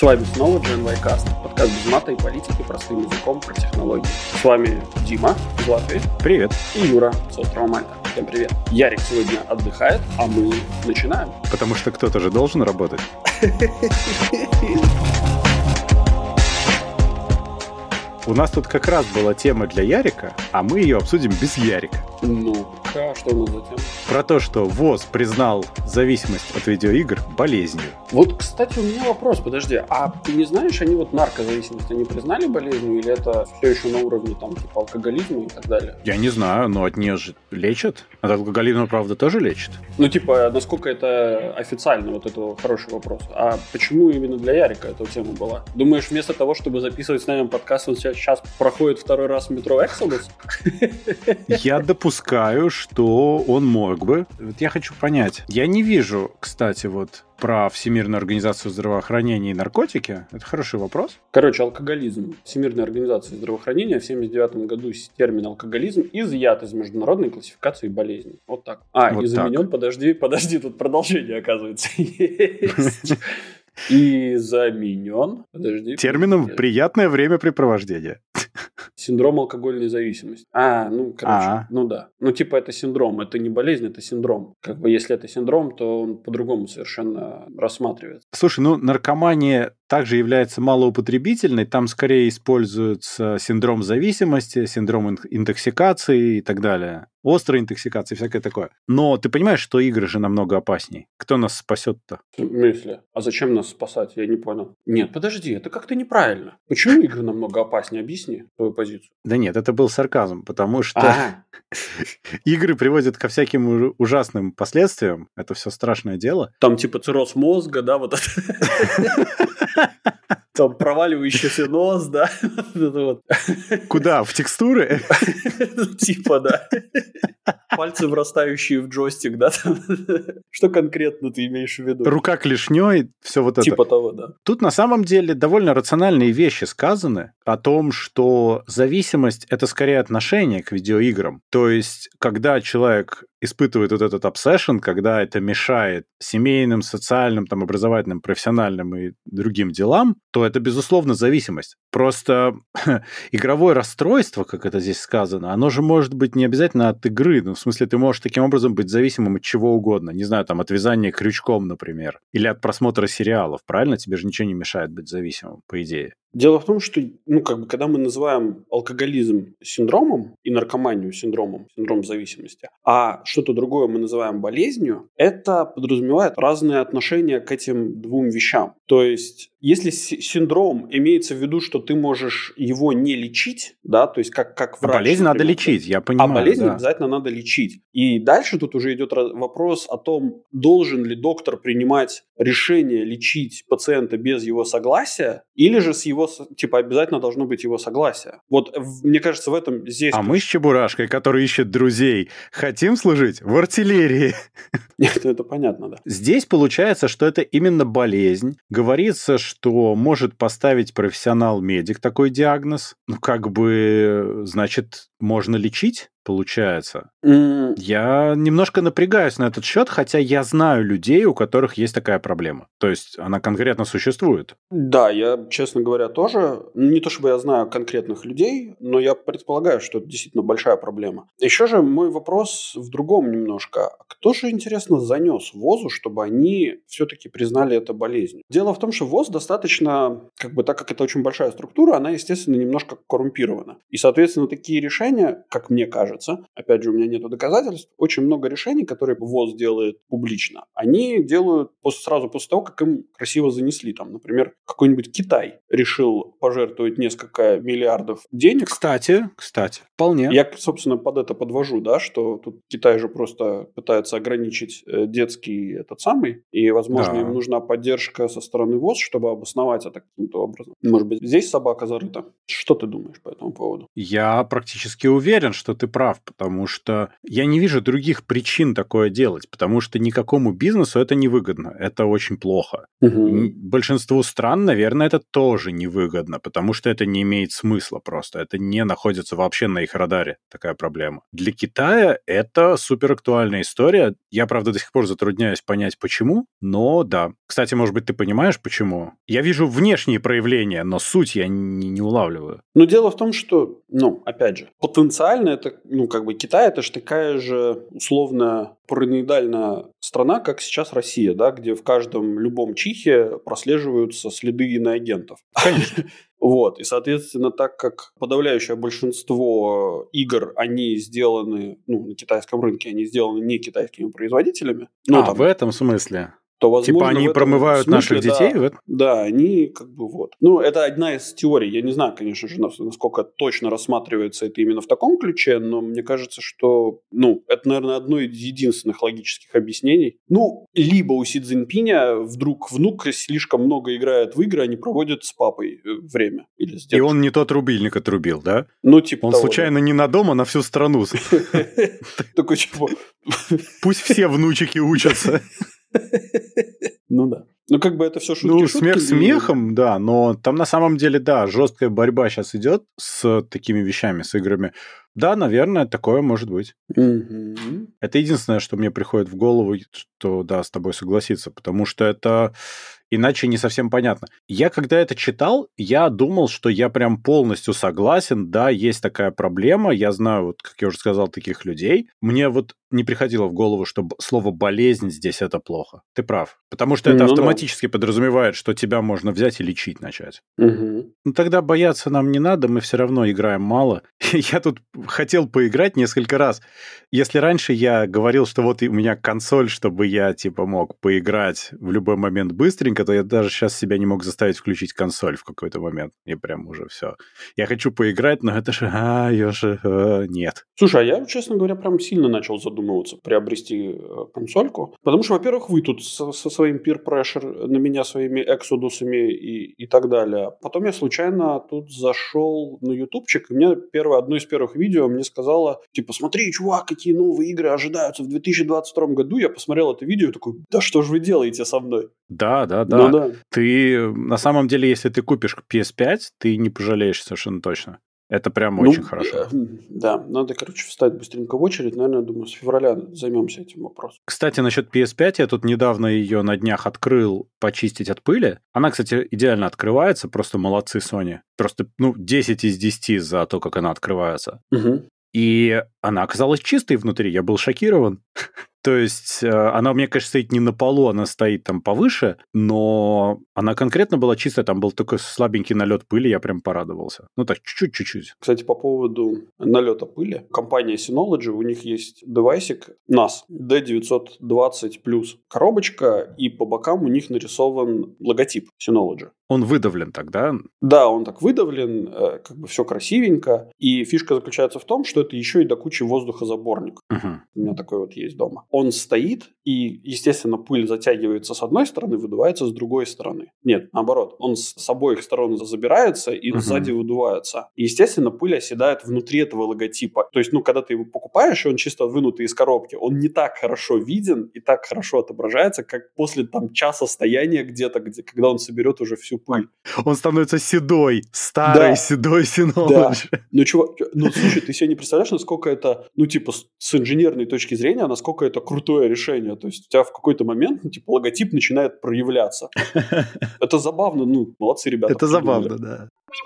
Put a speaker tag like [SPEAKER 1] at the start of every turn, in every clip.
[SPEAKER 1] С вами снова GenYcast, подкаст без мата и политики простым языком про технологии. С вами Дима из Латвии.
[SPEAKER 2] Привет.
[SPEAKER 1] И Юра с острова Мальта. Всем привет. Ярик сегодня отдыхает, а мы начинаем.
[SPEAKER 2] Потому что кто-то же должен работать. У нас тут как раз была тема для Ярика, а мы ее обсудим без Ярика.
[SPEAKER 1] Ну-ка, что у нас за тема?
[SPEAKER 2] Про то, что ВОЗ признал зависимость от видеоигр болезнью.
[SPEAKER 1] Вот, кстати, у меня вопрос, подожди, а ты не знаешь, они вот наркозависимость, они признали болезнью, или это все еще на уровне там типа алкоголизма и так далее?
[SPEAKER 2] Я не знаю, но от нее же лечат. От алкоголизма, правда, тоже лечат.
[SPEAKER 1] Ну, типа, насколько это официально, вот это хороший вопрос. А почему именно для Ярика эта тема была? Думаешь, вместо того, чтобы записывать с нами подкаст, он сейчас проходит второй раз в метро Эксодус?
[SPEAKER 2] Я допускаю, что он мог бы. Вот я хочу понять. Я не вижу, кстати, вот про Всемирную организацию здравоохранения и наркотики. Это хороший вопрос.
[SPEAKER 1] Короче, алкоголизм. Всемирная организация здравоохранения в 1979 году термин алкоголизм изъят из международной классификации болезней. Вот так.
[SPEAKER 2] Вот
[SPEAKER 1] и заменен, подожди, тут продолжение, оказывается, есть. И заменен,
[SPEAKER 2] термином «приятное времяпрепровождение».
[SPEAKER 1] Синдром алкогольной зависимости. Ну да. Ну, типа, это синдром, это не болезнь, это синдром. Как бы, если это синдром, то он по-другому совершенно рассматривается.
[SPEAKER 2] Слушай, наркомания также является малоупотребительной, там скорее используется синдром зависимости, синдром интоксикации и так далее. Острой интоксикации, всякое такое. Но ты понимаешь, что игры же намного опасней. Кто нас спасет-то?
[SPEAKER 1] В смысле? А зачем нас спасать? Я не понял. Нет, подожди, это как-то неправильно. Почему игры намного опаснее? Объясни твою позицию.
[SPEAKER 2] Да нет, это был сарказм, потому что игры приводят ко всяким ужасным последствиям. Это все страшное дело.
[SPEAKER 1] Там типа цирроз мозга, да, вот это. Там проваливающийся нос, да.
[SPEAKER 2] Куда? В текстуры?
[SPEAKER 1] Типа, да. Пальцы, врастающие в джойстик, да. Что конкретно ты имеешь в виду?
[SPEAKER 2] Рука клешней, все вот это.
[SPEAKER 1] Типа того, да.
[SPEAKER 2] Тут на самом деле довольно рациональные вещи сказаны о том, что зависимость – это скорее отношение к видеоиграм. То есть, когда человек испытывает вот этот obsession, когда это мешает семейным, социальным, там, образовательным, профессиональным и другим делам, то это, безусловно, зависимость. Просто игровое расстройство, как это здесь сказано, оно же может быть не обязательно от игры. Ну, в смысле, ты можешь таким образом быть зависимым от чего угодно. Не знаю, там, от вязания крючком, например. Или от просмотра сериалов, правильно? Тебе же ничего не мешает быть зависимым, по идее.
[SPEAKER 1] Дело в том, что, когда мы называем алкоголизм синдромом и наркоманию синдром зависимости, а что-то другое мы называем болезнью, это подразумевает разные отношения к этим двум вещам. То есть, если синдром имеется в виду, что ты можешь его не лечить, да, то есть как врач.
[SPEAKER 2] Болезнь надо лечить, я понимаю.
[SPEAKER 1] А болезнь обязательно надо лечить. И дальше тут уже идет вопрос о том, должен ли доктор принимать решение лечить пациента без его согласия, или же с его, обязательно должно быть его согласие. Вот, мне кажется, в этом здесь...
[SPEAKER 2] А мы с Чебурашкой, который ищет друзей, хотим служить в артиллерии.
[SPEAKER 1] Нет, это понятно, да.
[SPEAKER 2] Здесь получается, что это именно болезнь. Говорится, что может поставить профессионал-медик такой диагноз. Значит, можно лечить, получается. Я немножко напрягаюсь на этот счет, хотя я знаю людей, у которых есть такая проблема. То есть она конкретно существует.
[SPEAKER 1] Да, я, честно говоря, тоже. Не то чтобы я знаю конкретных людей, но я предполагаю, что это действительно большая проблема. Еще же мой вопрос в другом немножко. Кто же, интересно, занес ВОЗу, чтобы они все-таки признали это болезнью? Дело в том, что ВОЗ достаточно, так как это очень большая структура, она, естественно, немножко коррумпирована. И, соответственно, такие решения, как мне кажется, опять же, у меня нет доказательств, очень много решений, которые ВОЗ делает публично, они делают сразу после того, как им красиво занесли. Там, например, какой-нибудь Китай решил пожертвовать несколько миллиардов денег.
[SPEAKER 2] Кстати, вполне.
[SPEAKER 1] Я, собственно, под это подвожу, да, что тут Китай же просто пытается ограничить детский и, возможно, им нужна поддержка со стороны ВОЗ, чтобы обосновать это каким-то образом. Может быть, здесь собака зарыта. Что ты думаешь по этому поводу?
[SPEAKER 2] Я практически уверен, что ты прав. прав, потому что я не вижу других причин такое делать, потому что никакому бизнесу это невыгодно, это очень плохо. Большинству стран, наверное, это тоже невыгодно, потому что это не имеет смысла просто, это не находится вообще на их радаре, такая проблема. Для Китая это суперактуальная история, я, правда, до сих пор затрудняюсь понять, почему, но да. Кстати, может быть, ты понимаешь, почему? Я вижу внешние проявления, но суть я не улавливаю.
[SPEAKER 1] Но дело в том, что, опять же, потенциально это, Китай, это же такая же условно параноидальная страна, как сейчас Россия, да, где в каждом любом чихе прослеживаются следы иноагентов.
[SPEAKER 2] Конечно.
[SPEAKER 1] Вот, и, соответственно, так как подавляющее большинство игр, они сделаны, на китайском рынке, они сделаны не китайскими производителями.
[SPEAKER 2] В этом смысле?
[SPEAKER 1] То, возможно,
[SPEAKER 2] они промывают
[SPEAKER 1] смысле,
[SPEAKER 2] наших детей?
[SPEAKER 1] Да, они это одна из теорий. Я не знаю, конечно же, насколько точно рассматривается это именно в таком ключе, но мне кажется, что, это, наверное, одно из единственных логических объяснений. Либо у Си Цзиньпиня вдруг внук слишком много играет в игры, они проводят с папой время. Или с
[SPEAKER 2] и он не тот рубильник отрубил, да?
[SPEAKER 1] Он
[SPEAKER 2] того, случайно не на дом, а на всю страну.
[SPEAKER 1] Такой чего?
[SPEAKER 2] Пусть все внучики учатся.
[SPEAKER 1] Да. Это все шутки.
[SPEAKER 2] Смех смехом, да, но там на самом деле, да, жесткая борьба сейчас идет с такими вещами, с играми. Да, наверное, такое может быть. Это единственное, что мне приходит в голову, что, да, с тобой согласиться, потому что это иначе не совсем понятно. Я, когда это читал, я думал, что я прям полностью согласен, да, есть такая проблема, я знаю, как я уже сказал, таких людей. Мне не приходило в голову, что слово «болезнь» здесь это плохо. Ты прав. Потому что это автоматически подразумевает, что тебя можно взять и лечить начать. Тогда бояться нам не надо, мы все равно играем мало. Я тут хотел поиграть несколько раз. Если раньше я говорил, что у меня консоль, чтобы я мог поиграть в любой момент быстренько, то я даже сейчас себя не мог заставить включить консоль в какой-то момент. И прям уже все. Я хочу поиграть, но это же... нет.
[SPEAKER 1] Слушай, а я, честно говоря, прям сильно начал задумываться приобрести консольку. Потому что, во-первых, вы тут со своим peer pressure на меня своими эксодусами и так далее. Потом я случайно тут зашел на ютубчик, и мне одно из первых видео мне сказала, смотри, чувак, какие новые игры ожидаются в 2022 году. Я посмотрел это видео и такой, да что же вы делаете со мной?
[SPEAKER 2] Да. Ты, на самом деле, если ты купишь PS5, ты не пожалеешь совершенно точно. Это прям очень хорошо.
[SPEAKER 1] Да, надо, встать быстренько в очередь. Наверное, думаю, с февраля займемся этим вопросом.
[SPEAKER 2] Кстати, насчет PS5, я тут недавно ее на днях открыл почистить от пыли. Она, кстати, идеально открывается, просто молодцы Sony. Просто, 10 из 10 за то, как она открывается. И она оказалась чистой внутри, я был шокирован. То есть она у меня, конечно, стоит не на полу, она стоит там повыше, но она конкретно была чистая, там был только слабенький налет пыли, я прям порадовался. Так, чуть-чуть.
[SPEAKER 1] Кстати, по поводу налета пыли, компания Synology, у них есть девайсик NAS D920+, коробочка, и по бокам у них нарисован логотип Synology.
[SPEAKER 2] Он выдавлен тогда?
[SPEAKER 1] Да, он так выдавлен, все красивенько. И фишка заключается в том, что это еще и до кучи воздухозаборник. У меня такой есть дома. Он стоит, и, естественно, пыль затягивается с одной стороны, выдувается с другой стороны. Нет, наоборот. Он с обоих сторон забирается и сзади выдувается. И, естественно, пыль оседает внутри этого логотипа. То есть, когда ты его покупаешь, и он чисто вынутый из коробки, он не так хорошо виден и так хорошо отображается, как после часа стояния где-то, когда он соберет уже всю пыль.
[SPEAKER 2] Он становится седой, старый, седой Synology.
[SPEAKER 1] Да. Чувак, слушай, ты себе не представляешь, насколько это, с инженерной точки зрения, насколько это крутое решение. То есть у тебя в какой-то момент, логотип начинает проявляться. Это забавно, молодцы ребята.
[SPEAKER 2] Это забавно, да.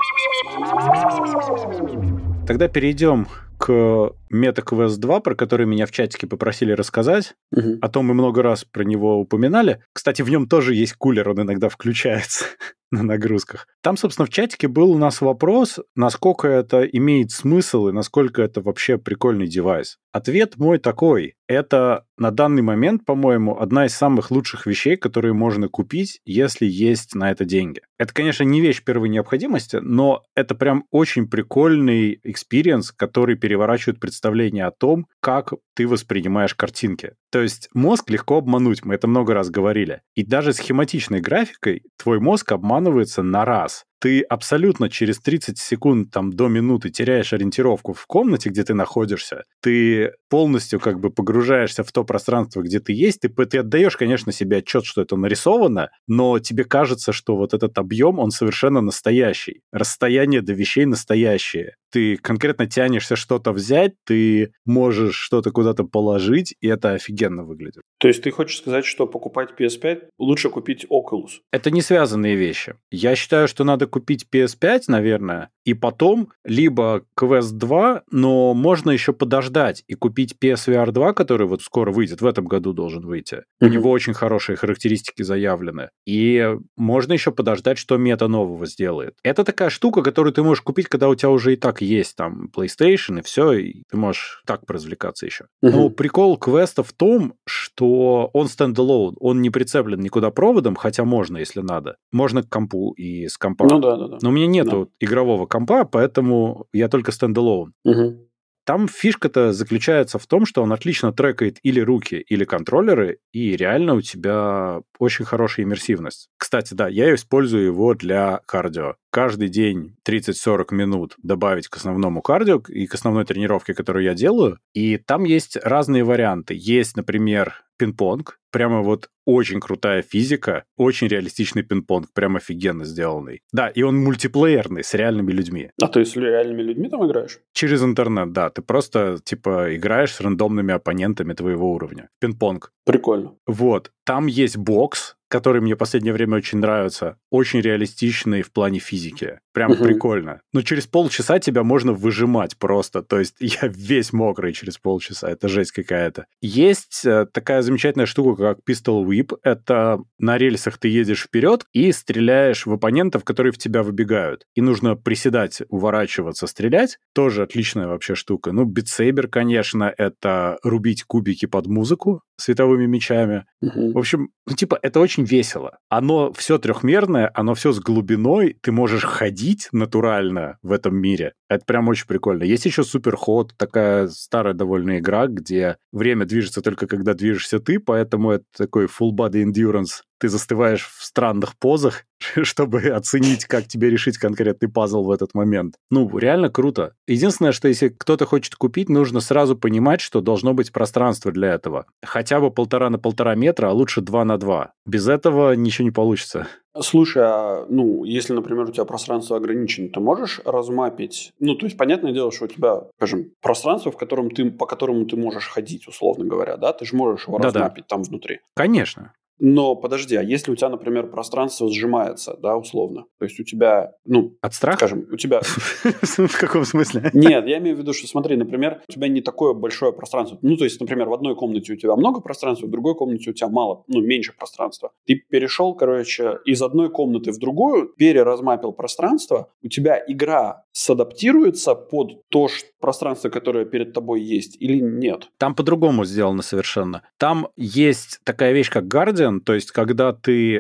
[SPEAKER 2] Тогда перейдем к MetaQuest 2, про который меня в чатике попросили рассказать. О том мы много раз про него упоминали. Кстати, в нем тоже есть кулер, он иногда включается на нагрузках. Там, собственно, в чатике был у нас вопрос, насколько это имеет смысл и насколько это вообще прикольный девайс. Ответ мой такой. Это на данный момент, по-моему, одна из самых лучших вещей, которые можно купить, если есть на это деньги. Это, конечно, не вещь первой необходимости, но это прям очень прикольный экспириенс, который переворачивает представление о том, как ты воспринимаешь картинки. То есть мозг легко обмануть, мы это много раз говорили. И даже схематичной графикой твой мозг обманывается на раз. ты абсолютно через 30 секунд там, до минуты теряешь ориентировку в комнате, где ты находишься, ты полностью как бы погружаешься в то пространство, где ты есть, ты отдаешь, конечно, себе отчет, что это нарисовано, но тебе кажется, что вот этот объем, он совершенно настоящий. Расстояние до вещей настоящее. Ты конкретно тянешься что-то взять, ты можешь что-то куда-то положить, и это офигенно выглядит.
[SPEAKER 1] То есть ты хочешь сказать, что покупать PS5 лучше купить Oculus?
[SPEAKER 2] Это не связанные вещи. Я считаю, что надо купить PS5, наверное, и потом либо Quest 2, но можно еще подождать и купить PSVR 2, который вот скоро выйдет, в этом году должен выйти. У него очень хорошие характеристики заявлены. И можно еще подождать, что Мета нового сделает. Это такая штука, которую ты можешь купить, когда у тебя уже и так есть там PlayStation и все, и ты можешь так поразвлекаться еще. Но прикол Quest в том, что он стендалон, он не прицеплен никуда проводом, хотя можно, если надо. Можно к компу и с компа.
[SPEAKER 1] Ну да.
[SPEAKER 2] Но у меня нету игрового компа, поэтому я только стендалон. Там фишка-то заключается в том, что он отлично трекает или руки, или контроллеры, и реально у тебя очень хорошая иммерсивность. Кстати, да, я использую его для кардио. Каждый день 30-40 минут добавить к основному кардио и к основной тренировке, которую я делаю. И там есть разные варианты. Есть, например, пинг-понг. Прямо вот очень крутая физика, очень реалистичный пинг-понг, прям офигенно сделанный. Да, и он мультиплеерный, с реальными людьми.
[SPEAKER 1] А ты с реальными людьми там играешь?
[SPEAKER 2] Через интернет, да. Ты просто, типа, играешь с рандомными оппонентами твоего уровня. Пинг-понг.
[SPEAKER 1] Прикольно.
[SPEAKER 2] Вот. Там есть бокс, который мне в последнее время очень нравится. Очень реалистичный в плане физики. Прям прикольно. Но через полчаса тебя можно выжимать просто. То есть я весь мокрый через полчаса. Это жесть какая-то. Есть такая замечательная штука, как Pistol Whip. Это на рельсах ты едешь вперед и стреляешь в оппонентов, которые в тебя выбегают. И нужно приседать, уворачиваться, стрелять. Тоже отличная вообще штука. Ну, Beat Saber, конечно, это рубить кубики под музыку световыми мечами. В общем, ну, типа, это очень весело. Оно все трехмерное, оно все с глубиной. Ты можешь ходить натурально в этом мире. Это прям очень прикольно. Есть еще Superhot, такая старая довольно игра, где время движется только когда движешься ты, поэтому это такой full body endurance. Ты застываешь в странных позах, чтобы оценить, как тебе решить конкретный пазл в этот момент. Ну, реально круто. Единственное, что если кто-то хочет купить, нужно сразу понимать, что должно быть пространство для этого. Хотя бы 1,5 на 1,5 метра, а лучше 2 на 2. Без этого ничего не получится.
[SPEAKER 1] Слушай, если, например, у тебя пространство ограничено, ты можешь размапить? Ну, то есть, понятное дело, что у тебя, скажем, пространство, по которому ты можешь ходить, условно говоря, да? Ты же можешь его размапить там внутри.
[SPEAKER 2] Конечно.
[SPEAKER 1] Но подожди, а если у тебя, например, пространство сжимается, да, условно? То есть у тебя,
[SPEAKER 2] От страха?
[SPEAKER 1] Скажем, у тебя...
[SPEAKER 2] В каком смысле?
[SPEAKER 1] Нет, я имею в виду, что смотри, например, у тебя не такое большое пространство. Ну, то есть, например, в одной комнате у тебя много пространства, в другой комнате у тебя мало, меньше пространства. Ты перешел, из одной комнаты в другую, переразмапил пространство, у тебя игра садаптируется под то пространство, которое перед тобой есть, или нет?
[SPEAKER 2] Там по-другому сделано совершенно. Там есть такая вещь, как Guardian, то есть, когда ты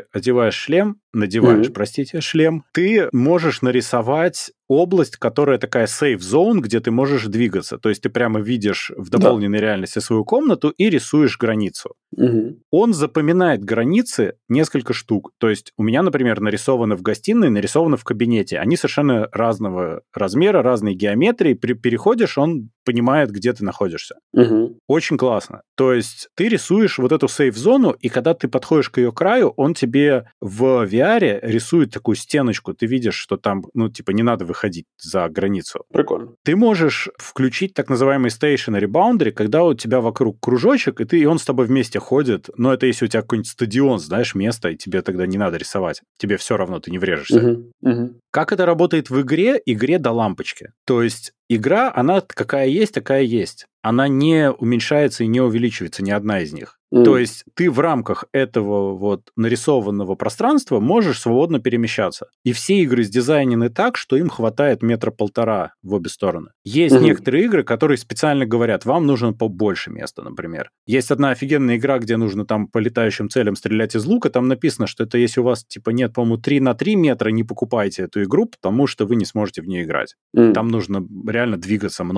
[SPEAKER 2] надеваешь шлем, ты можешь нарисовать область, которая такая safe zone, где ты можешь двигаться. То есть ты прямо видишь в дополненной реальности свою комнату и рисуешь границу. Он запоминает границы несколько штук. То есть у меня, например, нарисованы в гостиной, нарисованы в кабинете. Они совершенно разного размера, разной геометрии. Переходишь, он понимает, где ты находишься. Очень классно. То есть ты рисуешь вот эту сейф-зону, и когда ты подходишь к ее краю, он тебе в VR рисует такую стеночку. Ты видишь, что там, не надо выходить за границу.
[SPEAKER 1] Прикольно.
[SPEAKER 2] Ты можешь включить так называемый stationary boundary, когда у тебя вокруг кружочек, и он с тобой вместе ходит. Но это если у тебя какой-нибудь стадион, знаешь, место, и тебе тогда не надо рисовать. Тебе все равно, ты не врежешься. Как это работает в игре? Игре до лампочки. То есть игра, она какая есть, такая есть. Она не уменьшается и не увеличивается, ни одна из них. То есть ты в рамках этого вот нарисованного пространства можешь свободно перемещаться. И все игры сдизайнены так, что им хватает 1,5 метра в обе стороны. Есть некоторые игры, которые специально говорят, вам нужно побольше места, например. Есть одна офигенная игра, где нужно там по летающим целям стрелять из лука, там написано, что это если у вас нет, по-моему, 3 на 3 метра, не покупайте эту игру, потому что вы не сможете в нее играть. Там нужно реально двигаться много.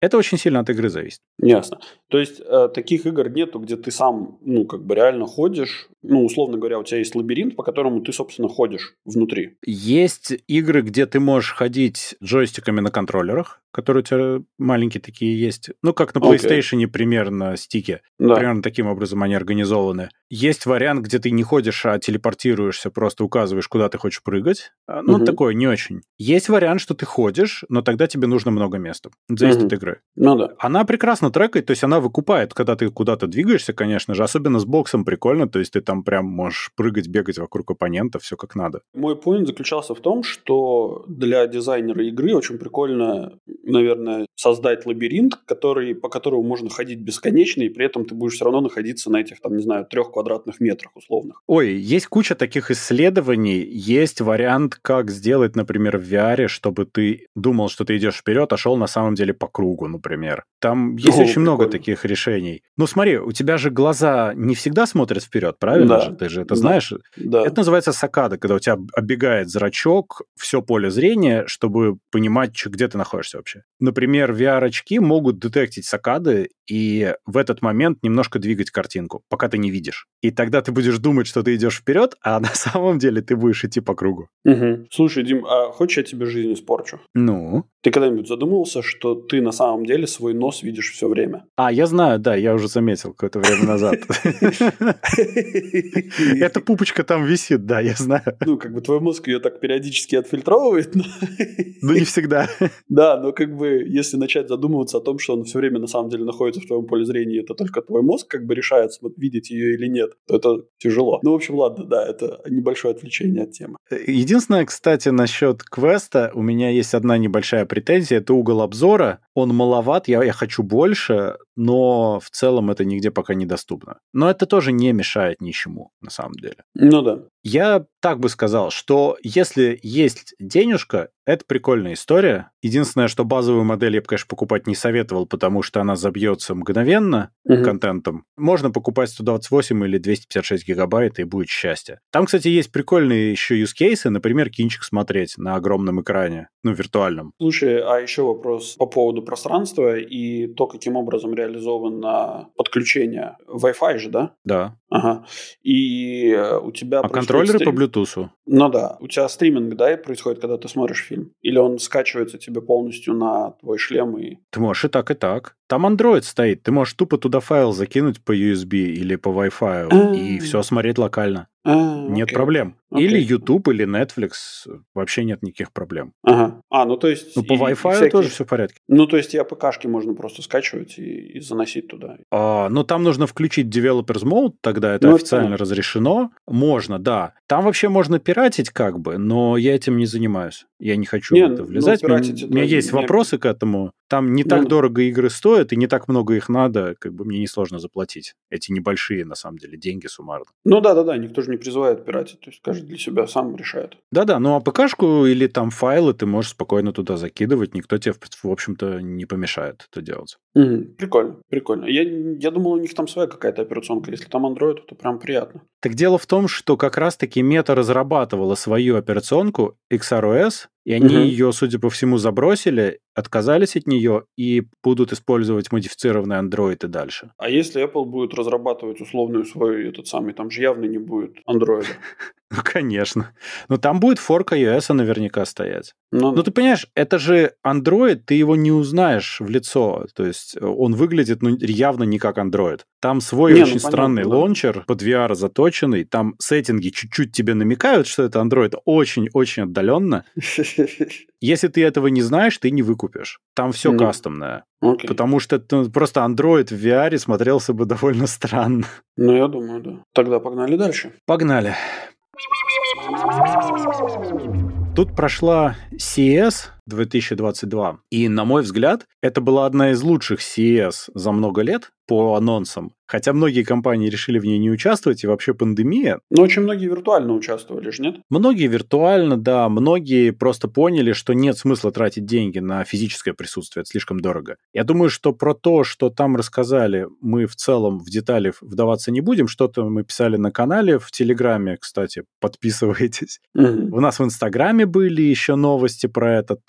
[SPEAKER 2] Это очень сильно от игры зависит.
[SPEAKER 1] Ясно. То есть таких игр нету, где ты сам, реально ходишь. Условно говоря, у тебя есть лабиринт, по которому ты, собственно, ходишь внутри.
[SPEAKER 2] Есть игры, где ты можешь ходить джойстиками на контроллерах, которые у тебя маленькие такие есть. Как на PlayStation примерно стики.
[SPEAKER 1] Да.
[SPEAKER 2] Примерно таким образом они организованы. Есть вариант, где ты не ходишь, а телепортируешься, просто указываешь, куда ты хочешь прыгать. Такое не очень. Есть вариант, что ты ходишь, но тогда тебе нужно много места. Зависит от игры.
[SPEAKER 1] Да.
[SPEAKER 2] Она прекрасно трекает, то есть она выкупает, когда ты куда-то двигаешься, конечно же, особенно с боксом прикольно, то есть ты там прям можешь прыгать, бегать вокруг оппонента, все как надо.
[SPEAKER 1] Мой поинт заключался в том, что для дизайнера игры очень прикольно, наверное, создать лабиринт, по которому можно ходить бесконечно, и при этом ты будешь все равно находиться на этих, 3 квадратных метрах условных.
[SPEAKER 2] Ой, есть куча таких исследований, есть вариант, как сделать, например, в VR, чтобы ты думал, что ты идешь вперед, а шел на самом деле по кругу, например. Там есть очень много таких решений. Смотри, у тебя же глаза не всегда смотрят вперед, правильно же? Ты же это знаешь?
[SPEAKER 1] Да.
[SPEAKER 2] Это называется саккада, когда у тебя оббегает зрачок, все поле зрения, чтобы понимать, где ты находишься вообще. Например, VR-очки могут детектить саккады и в этот момент немножко двигать картинку, пока ты не видишь. И тогда ты будешь думать, что ты идешь вперед, а на самом деле ты будешь идти по кругу.
[SPEAKER 1] Угу. Слушай, Дим, а хочешь я тебе жизнь испорчу? Ты когда-нибудь задумывался, что ты на самом деле свой нос видишь все время?
[SPEAKER 2] Я знаю, да, я уже заметил какое-то время назад. Эта пупочка там висит, да, я знаю.
[SPEAKER 1] Твой мозг ее так периодически отфильтровывает.
[SPEAKER 2] Не всегда.
[SPEAKER 1] Да, но если начать задумываться о том, что он все время на самом деле находится в твоем поле зрения, это только твой мозг решает, видеть ее или нет, то это тяжело. В общем, ладно, да, это небольшое отвлечение от темы.
[SPEAKER 2] Единственное, кстати, насчет квеста, у меня есть одна небольшая претензия, это угол обзора. Он маловат, я хочу больше, но в целом это нигде пока недоступно. Но это тоже не мешает ничему, на самом деле.
[SPEAKER 1] Да.
[SPEAKER 2] Я так бы сказал, что если есть денежка, это прикольная история. Единственное, что базовую модель я бы, конечно, покупать не советовал, потому что она забьется мгновенно контентом. Можно покупать 128 или 256 гигабайт, и будет счастье. Там, кстати, есть прикольные еще юзкейсы, например, кинчик смотреть на огромном экране, виртуальном.
[SPEAKER 1] Слушай, а еще вопрос по поводу пространства и то, каким образом реализовано подключение Wi-Fi же, да?
[SPEAKER 2] Да.
[SPEAKER 1] Ага. И у тебя...
[SPEAKER 2] контроллеры по Bluetooth?
[SPEAKER 1] Да. У тебя стриминг, да, происходит, когда ты смотришь фильм? Или он скачивается тебе полностью на твой шлем и...
[SPEAKER 2] Ты можешь и так, и так. Там Android стоит. Ты можешь тупо туда файл закинуть по USB или по Wi-Fi и все смотреть локально. Нет проблем. Или YouTube, или Netflix. Вообще нет никаких проблем.
[SPEAKER 1] Ага. То есть...
[SPEAKER 2] по Wi-Fi тоже все в порядке.
[SPEAKER 1] То есть и APK-шки можно просто скачивать и заносить туда.
[SPEAKER 2] Там нужно включить Developers Mode, тогда это официально разрешено. Можно, да. Там вообще можно пиратить но я этим не занимаюсь. Я не хочу в это влезать. У меня есть вопросы к этому. Там не так дорого игры стоят, и не так много их надо. Мне несложно заплатить. Эти небольшие, на самом деле, деньги суммарно.
[SPEAKER 1] Да. Никто же не призывает пиратить. То есть каждый для себя сам решает.
[SPEAKER 2] Да, АПК-шку или там файлы ты можешь спокойно туда закидывать. Никто тебе, в общем-то, не помешает это делать.
[SPEAKER 1] Прикольно. Я думал, у них там своя какая-то операционка. Если там Android, то прям приятно.
[SPEAKER 2] Так дело в том, что как раз-таки Meta разрабатывала свою операционку XROS, и они ее, судя по всему, забросили, отказались от нее и будут использовать модифицированный Android и дальше.
[SPEAKER 1] А если Apple будет разрабатывать условную свою, там же явно не будет Android.
[SPEAKER 2] Конечно. Но там будет форк iOS наверняка стоять.
[SPEAKER 1] Ты
[SPEAKER 2] понимаешь, это же Android, ты его не узнаешь в лицо. То есть он выглядит явно не как Android. Там свой очень странный лончер под VR заточенный. Там сеттинги чуть-чуть тебе намекают, что это Android очень-очень отдаленно. Если ты этого не знаешь, ты не выкупишь. Там все кастомное. Потому что просто Android в VR смотрелся бы довольно странно.
[SPEAKER 1] Я думаю, да. Тогда погнали дальше.
[SPEAKER 2] Погнали. Тут прошла CES 2022, и, на мой взгляд, это была одна из лучших CES за много лет по анонсам. Хотя многие компании решили в ней не участвовать, и вообще пандемия.
[SPEAKER 1] Но очень многие виртуально участвовали же, нет?
[SPEAKER 2] Многие виртуально, да. Многие просто поняли, что нет смысла тратить деньги на физическое присутствие, это слишком дорого. Я думаю, что про то, что там рассказали, мы в целом в детали вдаваться не будем. Что-то мы писали на канале, в Телеграме, кстати, подписывайтесь. У нас в Инстаграме были еще новости про это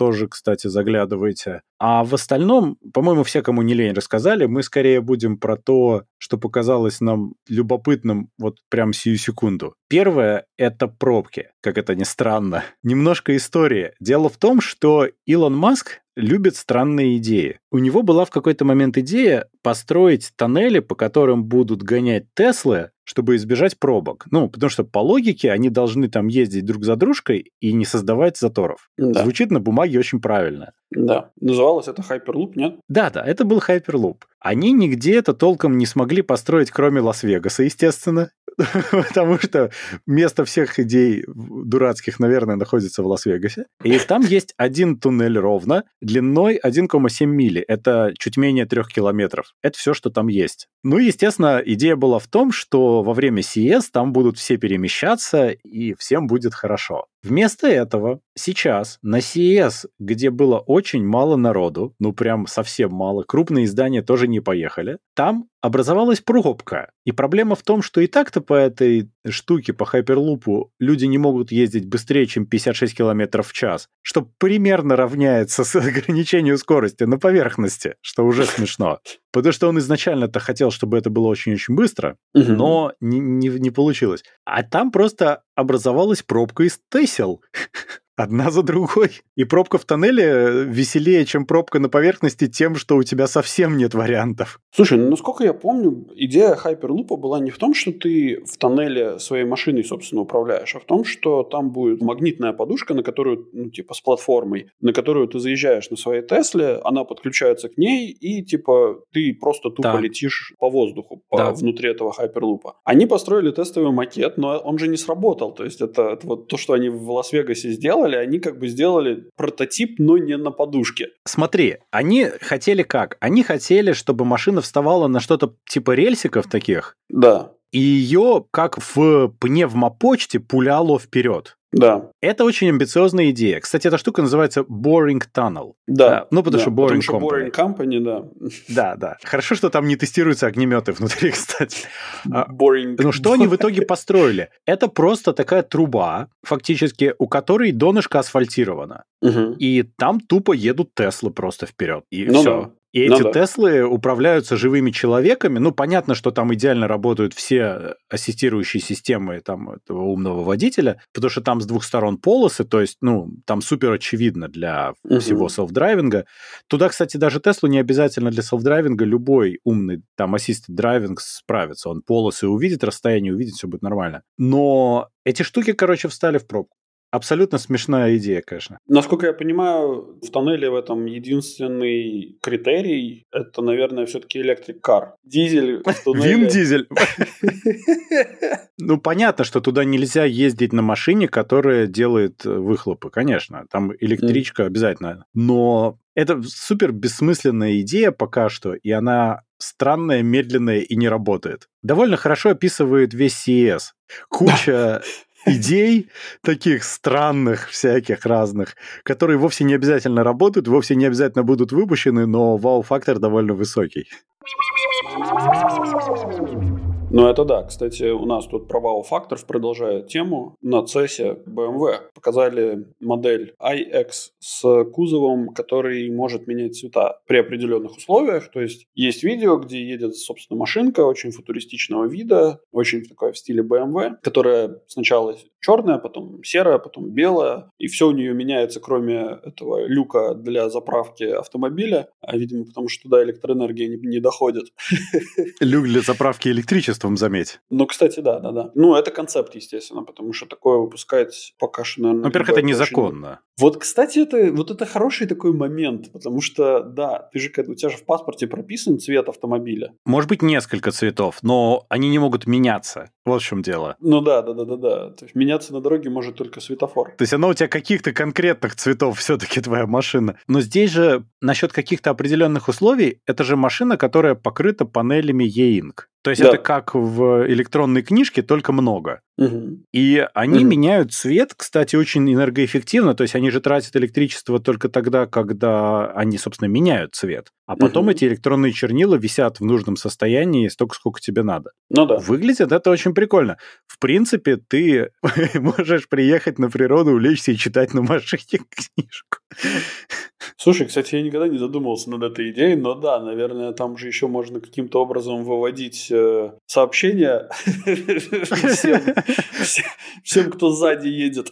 [SPEAKER 2] тоже, кстати, заглядывайте. А в остальном, по-моему, все, кому не лень, рассказали. Мы скорее будем про то, что показалось нам любопытным вот прям сию секунду. Первое — это пробки, как это ни странно. Немножко истории. Дело в том, что Илон Маск любит странные идеи. У него была в какой-то момент идея построить тоннели, по которым будут гонять Теслы, чтобы избежать пробок. Ну, потому что по логике они должны там ездить друг за дружкой и не создавать заторов.
[SPEAKER 1] Да.
[SPEAKER 2] Звучит на бумаге очень правильно.
[SPEAKER 1] Да. Называлось это Hyperloop, нет?
[SPEAKER 2] Да, это был Hyperloop. Они нигде это толком не смогли построить, кроме Лас-Вегаса, естественно. Потому что место всех идей дурацких, наверное, находится в Лас-Вегасе. И там есть один туннель ровно, длиной 1,7 мили. Это чуть менее 3 километров. Это все, что там есть. Ну, естественно, идея была в том, что во время CES там будут все перемещаться, и всем будет хорошо. Вместо этого сейчас на CES, где было очень мало народу, ну прям совсем мало, крупные издания тоже не поехали, там образовалась пробка. И проблема в том, что и так-то по этой штуке, по Hyperloop'у, люди не могут ездить быстрее, чем 56 км в час, что примерно равняется с ограничению скорости на поверхности, что уже смешно. Потому что он изначально-то хотел, чтобы это было очень-очень быстро, но не получилось. А там просто образовалась пробка из тесел. Одна за другой. И пробка в тоннеле веселее, чем пробка на поверхности, тем, что у тебя совсем нет вариантов.
[SPEAKER 1] Слушай, ну, насколько я помню, идея Hyperloop была не в том, что ты в тоннеле своей машиной, собственно, управляешь, а в том, что там будет магнитная подушка, на которую, ну, типа, с платформой, на которую ты заезжаешь на своей Тесле, она подключается к ней, и, типа, ты просто тупо летишь по воздуху внутри этого Hyperloop. Они построили тестовый макет, но он же не сработал. То есть это вот то, что они в Лас-Вегасе сделали, они как бы сделали прототип, но не на подушке.
[SPEAKER 2] Смотри, они хотели как? Они хотели, чтобы машина вставала на что-то типа рельсиков таких.
[SPEAKER 1] Да.
[SPEAKER 2] И ее, как в пневмопочте, пуляло вперед.
[SPEAKER 1] Да.
[SPEAKER 2] Это очень амбициозная идея. Кстати, эта штука называется Boring Tunnel.
[SPEAKER 1] Да.
[SPEAKER 2] Ну, потому что Boring Company.
[SPEAKER 1] Boring Company, да.
[SPEAKER 2] Да. Хорошо, что там не тестируются огнеметы внутри, кстати.
[SPEAKER 1] Boring.
[SPEAKER 2] Ну, что они в итоге построили? Это просто такая труба, фактически, у которой донышко асфальтировано. И там тупо едут Теслы просто вперед. И все.
[SPEAKER 1] Да.
[SPEAKER 2] И эти Теслы управляются живыми человеками. Ну, понятно, что там идеально работают все ассистирующие системы там, этого умного водителя, потому что там с двух сторон полосы, то есть, ну, там супер очевидно для всего селф-драйвинга. Туда, кстати, даже Теслу не обязательно для селф-драйвинга, любой умный там assisted driving справится. Он полосы увидит, расстояние увидит, все будет нормально. Но эти штуки, короче, встали в пробку. Абсолютно смешная идея, конечно.
[SPEAKER 1] Насколько я понимаю, в тоннеле в этом единственный критерий – это, наверное, все-таки электрик-кар. Дизель в туннеле.
[SPEAKER 2] Вин-дизель. Ну, понятно, что туда нельзя ездить на машине, которая делает выхлопы, конечно. Там электричка обязательно. Но это супер бессмысленная идея пока что, и она странная, медленная и не работает. Довольно хорошо описывает весь CES. Куча идей таких странных, всяких разных, которые вовсе не обязательно работают, вовсе не обязательно будут выпущены, но вау-фактор довольно высокий.
[SPEAKER 1] Ну, это да. Кстати, у нас тут про вау-факторов продолжает тему. На CES BMW показали модель iX с кузовом, который может менять цвета при определенных условиях. То есть видео, где едет, собственно, машинка очень футуристичного вида, очень такая в стиле BMW, которая сначала черная, потом серая, потом белая. И все у нее меняется, кроме этого люка для заправки автомобиля. А, видимо, потому что туда электроэнергия не доходит.
[SPEAKER 2] Люк для заправки электричеством, заметь.
[SPEAKER 1] Ну, кстати, да. Ну, это концепт, естественно, потому что такое выпускать пока что, наверное...
[SPEAKER 2] Во-первых, это незаконно.
[SPEAKER 1] Вот, кстати, это хороший такой момент, потому что, да, у тебя же в паспорте прописан цвет автомобиля.
[SPEAKER 2] Может быть, несколько цветов, но они не могут меняться. Вот в чем дело.
[SPEAKER 1] Ну да. То есть меняться на дороге может только светофор.
[SPEAKER 2] То есть она у тебя каких-то конкретных цветов все-таки твоя машина. Но здесь же насчет каких-то определенных условий, это же машина, которая покрыта панелями E-Ink. То есть это как в электронной книжке, только много. И они меняют цвет, кстати, очень энергоэффективно. То есть они же тратят электричество только тогда, когда они, собственно, меняют цвет. а потом эти электронные чернила висят в нужном состоянии столько, сколько тебе надо.
[SPEAKER 1] Ну да.
[SPEAKER 2] Выглядит это очень прикольно. В принципе, ты можешь приехать на природу, улечься и читать на машине книжку.
[SPEAKER 1] Слушай, кстати, я никогда не задумывался над этой идеей, но да, наверное, там же еще можно каким-то образом выводить сообщения всем, кто сзади едет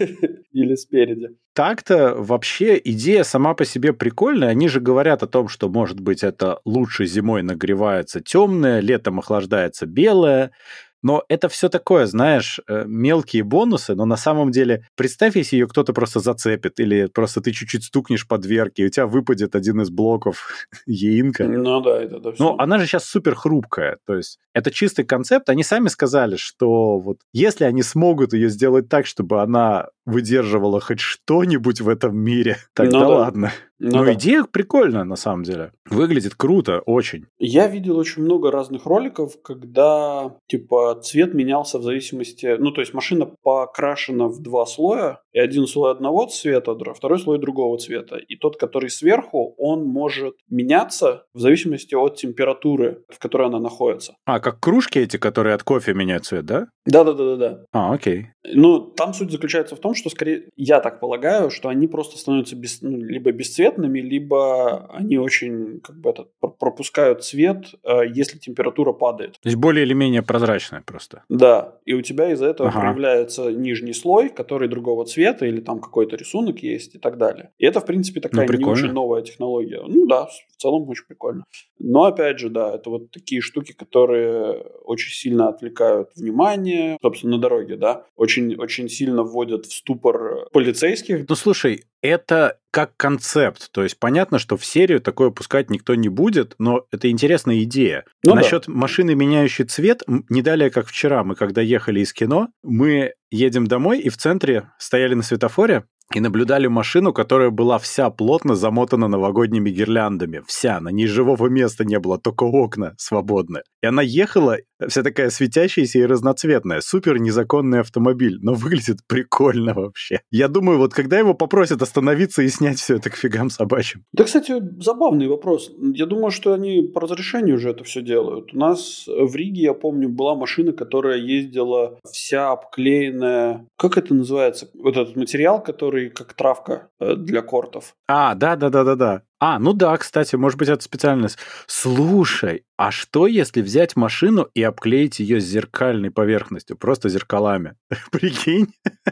[SPEAKER 1] или спереди.
[SPEAKER 2] Так-то вообще идея сама по себе прикольная. Они же говорят о том, что, может быть, это лучше зимой нагревается темное, летом охлаждается белое. Но это все такое, знаешь, мелкие бонусы, но на самом деле представь, если ее кто-то просто зацепит, или просто ты чуть-чуть стукнешь по дверке, и у тебя выпадет один из блоков яинка.
[SPEAKER 1] Ну да, это да.
[SPEAKER 2] Но она же сейчас супер хрупкая, то есть это чистый концепт. Они сами сказали, что вот если они смогут ее сделать так, чтобы она выдерживала хоть что-нибудь в этом мире, тогда ладно. Но идея прикольная, на самом деле. Выглядит круто, очень.
[SPEAKER 1] Я видел очень много разных роликов, когда, типа, цвет менялся в зависимости... Ну, то есть машина покрашена в 2 слоя, и один слой одного цвета, второй слой другого цвета. И тот, который сверху, он может меняться в зависимости от температуры, в которой она находится.
[SPEAKER 2] А, как кружки эти, которые от кофе меняют цвет, да?
[SPEAKER 1] Да.
[SPEAKER 2] А, окей.
[SPEAKER 1] Ну, там суть заключается в том, что, скорее, я так полагаю, что они просто становятся либо бесцветными, либо они очень пропускают цвет, если температура падает.
[SPEAKER 2] То есть более или менее прозрачная просто.
[SPEAKER 1] Да, и у тебя из-за этого проявляется нижний слой, который другого цвета, или там какой-то рисунок есть и так далее. И это, в принципе, такая не очень новая технология. Ну да, в целом очень прикольно. Но, опять же, да, это вот такие штуки, которые очень сильно отвлекают внимание, собственно, на дороге, да, очень сильно вводят в ступор полицейских.
[SPEAKER 2] Ну, слушай, это как концепт. То есть понятно, что в серию такое пускать никто не будет, но это интересная идея. Насчет машины, меняющей цвет, не далее, как вчера, мы когда ехали из кино, мы едем домой и в центре стояли на светофоре и наблюдали машину, которая была вся плотно замотана новогодними гирляндами. Вся, на ней живого места не было, только окна свободны. И она ехала, вся такая светящаяся и разноцветная. Супер незаконный автомобиль, но выглядит прикольно вообще. Я думаю, вот когда его попросят остановиться и снять все это к фигам собачьим.
[SPEAKER 1] Да, кстати, забавный вопрос. Я думаю, что они по разрешению уже это все делают. У нас в Риге, я помню, была машина, которая ездила вся обклеенная... Как это называется? Вот этот материал, который как травка для кортов.
[SPEAKER 2] А, да. А, ну да, кстати, может быть, это специальность. Слушай, а что, если взять машину и обклеить ее зеркальной поверхностью, просто зеркалами? Прикинь?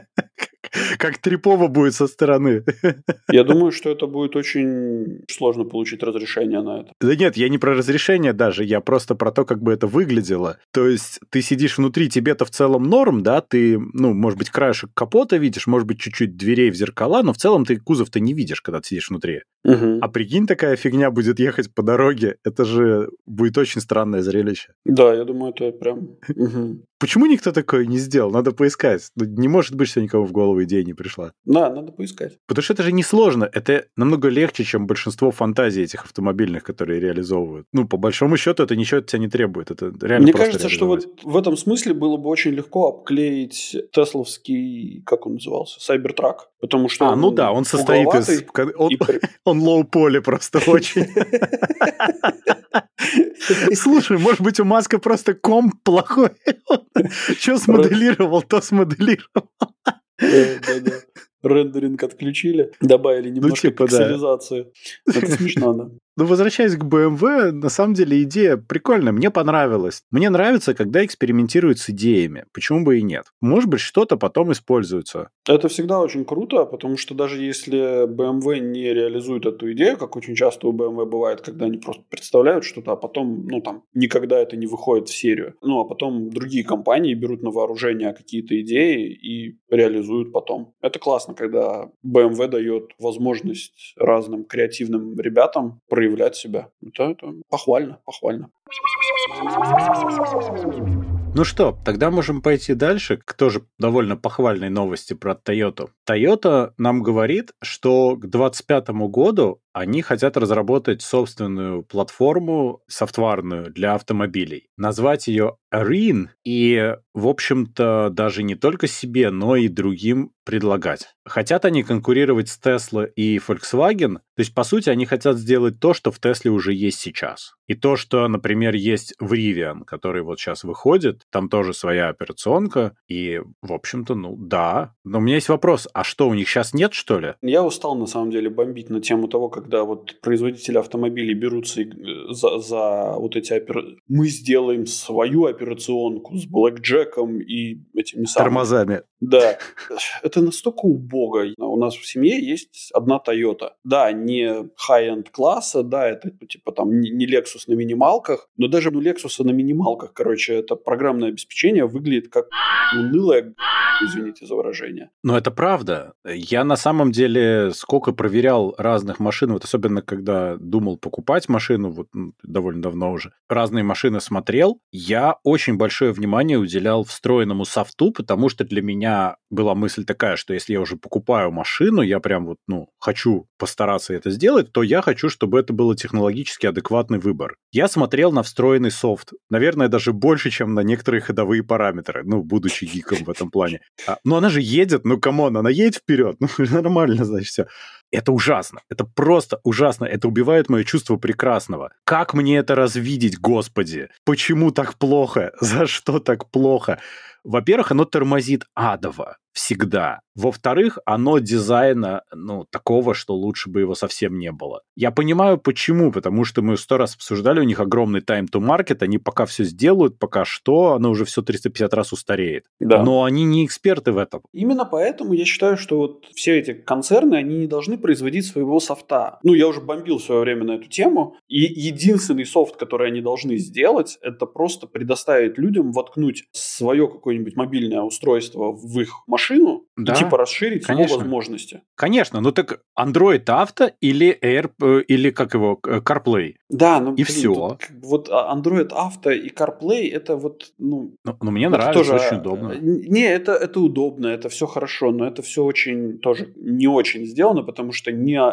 [SPEAKER 2] Как трипово будет со стороны.
[SPEAKER 1] Я думаю, что это будет очень сложно получить разрешение на это.
[SPEAKER 2] Да нет, я не про разрешение даже, я просто про то, как бы это выглядело. То есть ты сидишь внутри, тебе-то в целом норм, да, ты, ну, может быть, краешек капота видишь, может быть, чуть-чуть дверей в зеркала, но в целом ты кузов-то не видишь, когда ты сидишь внутри.
[SPEAKER 1] Угу.
[SPEAKER 2] А прикинь, такая фигня будет ехать по дороге, это же будет очень странное зрелище.
[SPEAKER 1] Да, я думаю, это прям... Угу.
[SPEAKER 2] Почему никто такое не сделал? Надо поискать. Не может быть, что никому в голову идея не пришла.
[SPEAKER 1] Да, надо поискать.
[SPEAKER 2] Потому что это же несложно. Это намного легче, чем большинство фантазий этих автомобильных, которые реализовывают. Ну, по большому счету, это ничего от тебя не требует. Это реально
[SPEAKER 1] Мне
[SPEAKER 2] просто
[SPEAKER 1] кажется, что вот в этом смысле было бы очень легко обклеить тесловский, как он назывался, Cybertruck. Потому что
[SPEAKER 2] ну да, он состоит из... Он лоу-поле просто очень. Слушай, может быть, у Маска просто комп плохой? Что смоделировал, то смоделировал.
[SPEAKER 1] Да. Рендеринг отключили, добавили немножко пикселизации. Это смешно, да.
[SPEAKER 2] Ну, возвращаясь к BMW, на самом деле идея прикольная, мне понравилась. Мне нравится, когда экспериментируют с идеями. Почему бы и нет? Может быть, что-то потом используется.
[SPEAKER 1] Это всегда очень круто, потому что даже если BMW не реализует эту идею, как очень часто у BMW бывает, когда они просто представляют что-то, а потом, ну, там, никогда это не выходит в серию. Ну, а потом другие компании берут на вооружение какие-то идеи и реализуют потом. Это классно, когда BMW дает возможность разным креативным ребятам проявлять себя. Это похвально.
[SPEAKER 2] Ну что, тогда можем пойти дальше к тоже довольно похвальной новости про Toyota. Toyota нам говорит, что к 2025 году они хотят разработать собственную платформу софтварную для автомобилей. Назвать ее Arene и, в общем-то, даже не только себе, но и другим предлагать. Хотят они конкурировать с Tesla и Volkswagen, то есть, по сути, они хотят сделать то, что в Тесле уже есть сейчас. И то, что, например, есть в Rivian, который вот сейчас выходит, там тоже своя операционка, и, в общем-то, ну, да. Но у меня есть вопрос, а что, у них сейчас нет, что ли?
[SPEAKER 1] Я устал, на самом деле, бомбить на тему того, когда вот производители автомобилей берутся за вот эти Мы сделаем свою операционку с блэкджеком и этими самыми...
[SPEAKER 2] Тормозами.
[SPEAKER 1] Да. Это настолько убого. У нас в семье есть одна Toyota. Да, не high-end класса, да, это типа там не Lexus на минималках, но даже Lexus на минималках, короче, это программное обеспечение выглядит как унылое, извините за выражение.
[SPEAKER 2] Но это правда. Я на самом деле сколько проверял разных машин, вот особенно когда думал покупать машину, вот довольно давно уже, разные машины смотрел, я очень большое внимание уделял встроенному софту, потому что для меня была мысль такая, что если я уже покупаю машину, я прям вот, хочу постараться это сделать, то я хочу, чтобы это был технологически адекватный выбор. Я смотрел на встроенный софт, наверное, даже больше, чем на некоторые ходовые параметры, будучи гиком в этом плане. Но она же едет, камон, она едет вперед, нормально, значит, все. Это ужасно, это просто ужасно, это убивает мое чувство прекрасного. Как мне это развидеть, господи? Почему так плохо? За что так плохо? Во-первых, оно тормозит адово всегда. Во-вторых, оно дизайна, такого, что лучше бы его совсем не было. Я понимаю, почему, потому что мы 100 раз обсуждали, у них огромный time to market, они пока все сделают, пока что, оно уже все 350 раз устареет.
[SPEAKER 1] Да.
[SPEAKER 2] Но они не эксперты в этом.
[SPEAKER 1] Именно поэтому я считаю, что вот все эти концерны, они не должны производить своего софта. Я уже бомбил в свое время на эту тему, и единственный софт, который они должны сделать, это просто предоставить людям воткнуть свое какое-нибудь мобильное устройство в их машину,
[SPEAKER 2] да,
[SPEAKER 1] и типа расширить
[SPEAKER 2] конечно.
[SPEAKER 1] его возможности.
[SPEAKER 2] Конечно, так Android Auto или или как его, CarPlay.
[SPEAKER 1] Да,
[SPEAKER 2] и все.
[SPEAKER 1] Вот Android Auto и CarPlay это вот,
[SPEAKER 2] мне нравится, тоже, очень удобно.
[SPEAKER 1] Не, это удобно, это все хорошо, но это все очень тоже не очень сделано, потому что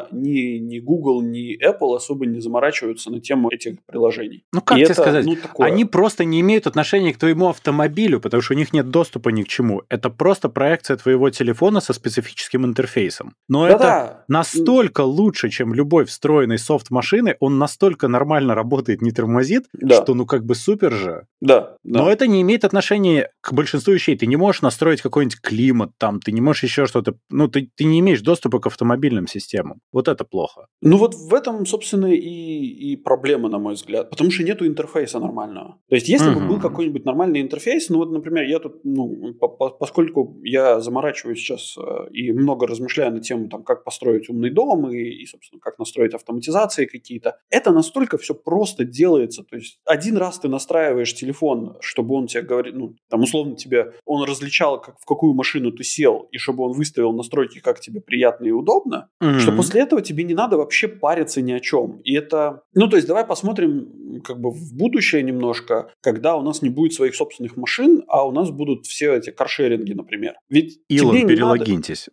[SPEAKER 1] ни Google, ни Apple особо не заморачиваются на тему этих приложений.
[SPEAKER 2] Как тебе сказать? Они просто не имеют отношения к твоему автомобилю, потому что у них нет доступа ни к чему. Это просто проекция твоего телефона со специфическим интерфейсом. Но это настолько лучше, чем любой встроенный софт машины, он настолько нормально работает, не тормозит, что супер же.
[SPEAKER 1] Да.
[SPEAKER 2] Но это не имеет отношения к большинству вещей. Ты не можешь настроить какой-нибудь климат там, ты не можешь еще что-то... ты не имеешь доступа к автомобильным системам. Вот это плохо.
[SPEAKER 1] Вот в этом, собственно, и проблема, на мой взгляд. Потому что нету интерфейса нормального. То есть, если бы был какой-нибудь нормальный интерфейс, например, я тут, поскольку я заморачиваюсь сейчас и много размышляю на тему, как построить умный дом и, собственно, как настроить автоматизации какие-то, это настолько все просто делается. То есть, один раз ты настраиваешь телефон, чтобы он тебе говорил, условно тебе, он различал, в какую машину ты сел, и чтобы он выставил настройки, как тебе приятно и удобно, что после этого тебе не надо вообще париться ни о чем. И это... то есть, давай посмотрим в будущее немножко, когда у нас не будет своих собственных машин, а у нас будут все эти каршеринги, например. Ведь
[SPEAKER 2] Илон, перелогиньтесь.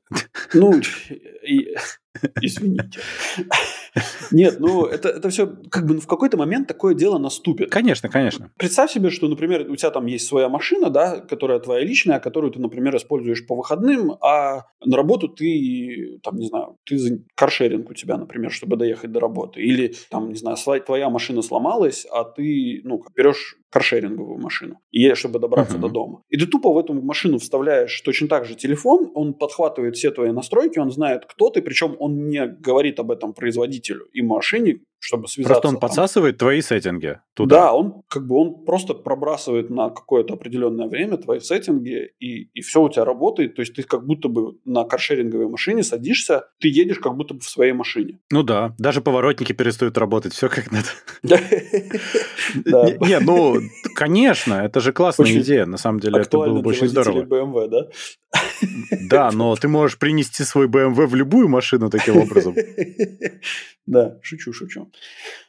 [SPEAKER 1] Извините. Нет, это все в какой-то момент такое дело наступит.
[SPEAKER 2] Конечно, конечно.
[SPEAKER 1] Представь себе, что, например, у тебя там есть своя машина, да, которая твоя личная, которую ты, например, используешь по выходным, а на работу ты, ты каршеринг у тебя, например, чтобы доехать до работы. Или, твоя машина сломалась, а ты, берешь каршеринговую машину, чтобы добраться до дома. И ты тупо в эту машину вставляешь точно так же телефон, он подхватывает все твои настройки, он знает, кто ты, причем он не говорит об этом производителю и машине, чтобы связаться.
[SPEAKER 2] Просто он подсасывает твои сеттинги туда.
[SPEAKER 1] Да, он просто пробрасывает на какое-то определенное время твои сеттинги, и все у тебя работает. То есть ты как будто бы на каршеринговой машине садишься, ты едешь как будто бы в своей машине.
[SPEAKER 2] Да, даже поворотники перестают работать, все как надо. Конечно, это же классная идея, на самом деле это было бы очень здорово.
[SPEAKER 1] BMW, да?
[SPEAKER 2] Да, но ты можешь принести свой BMW в любую машину таким образом.
[SPEAKER 1] Да, шучу.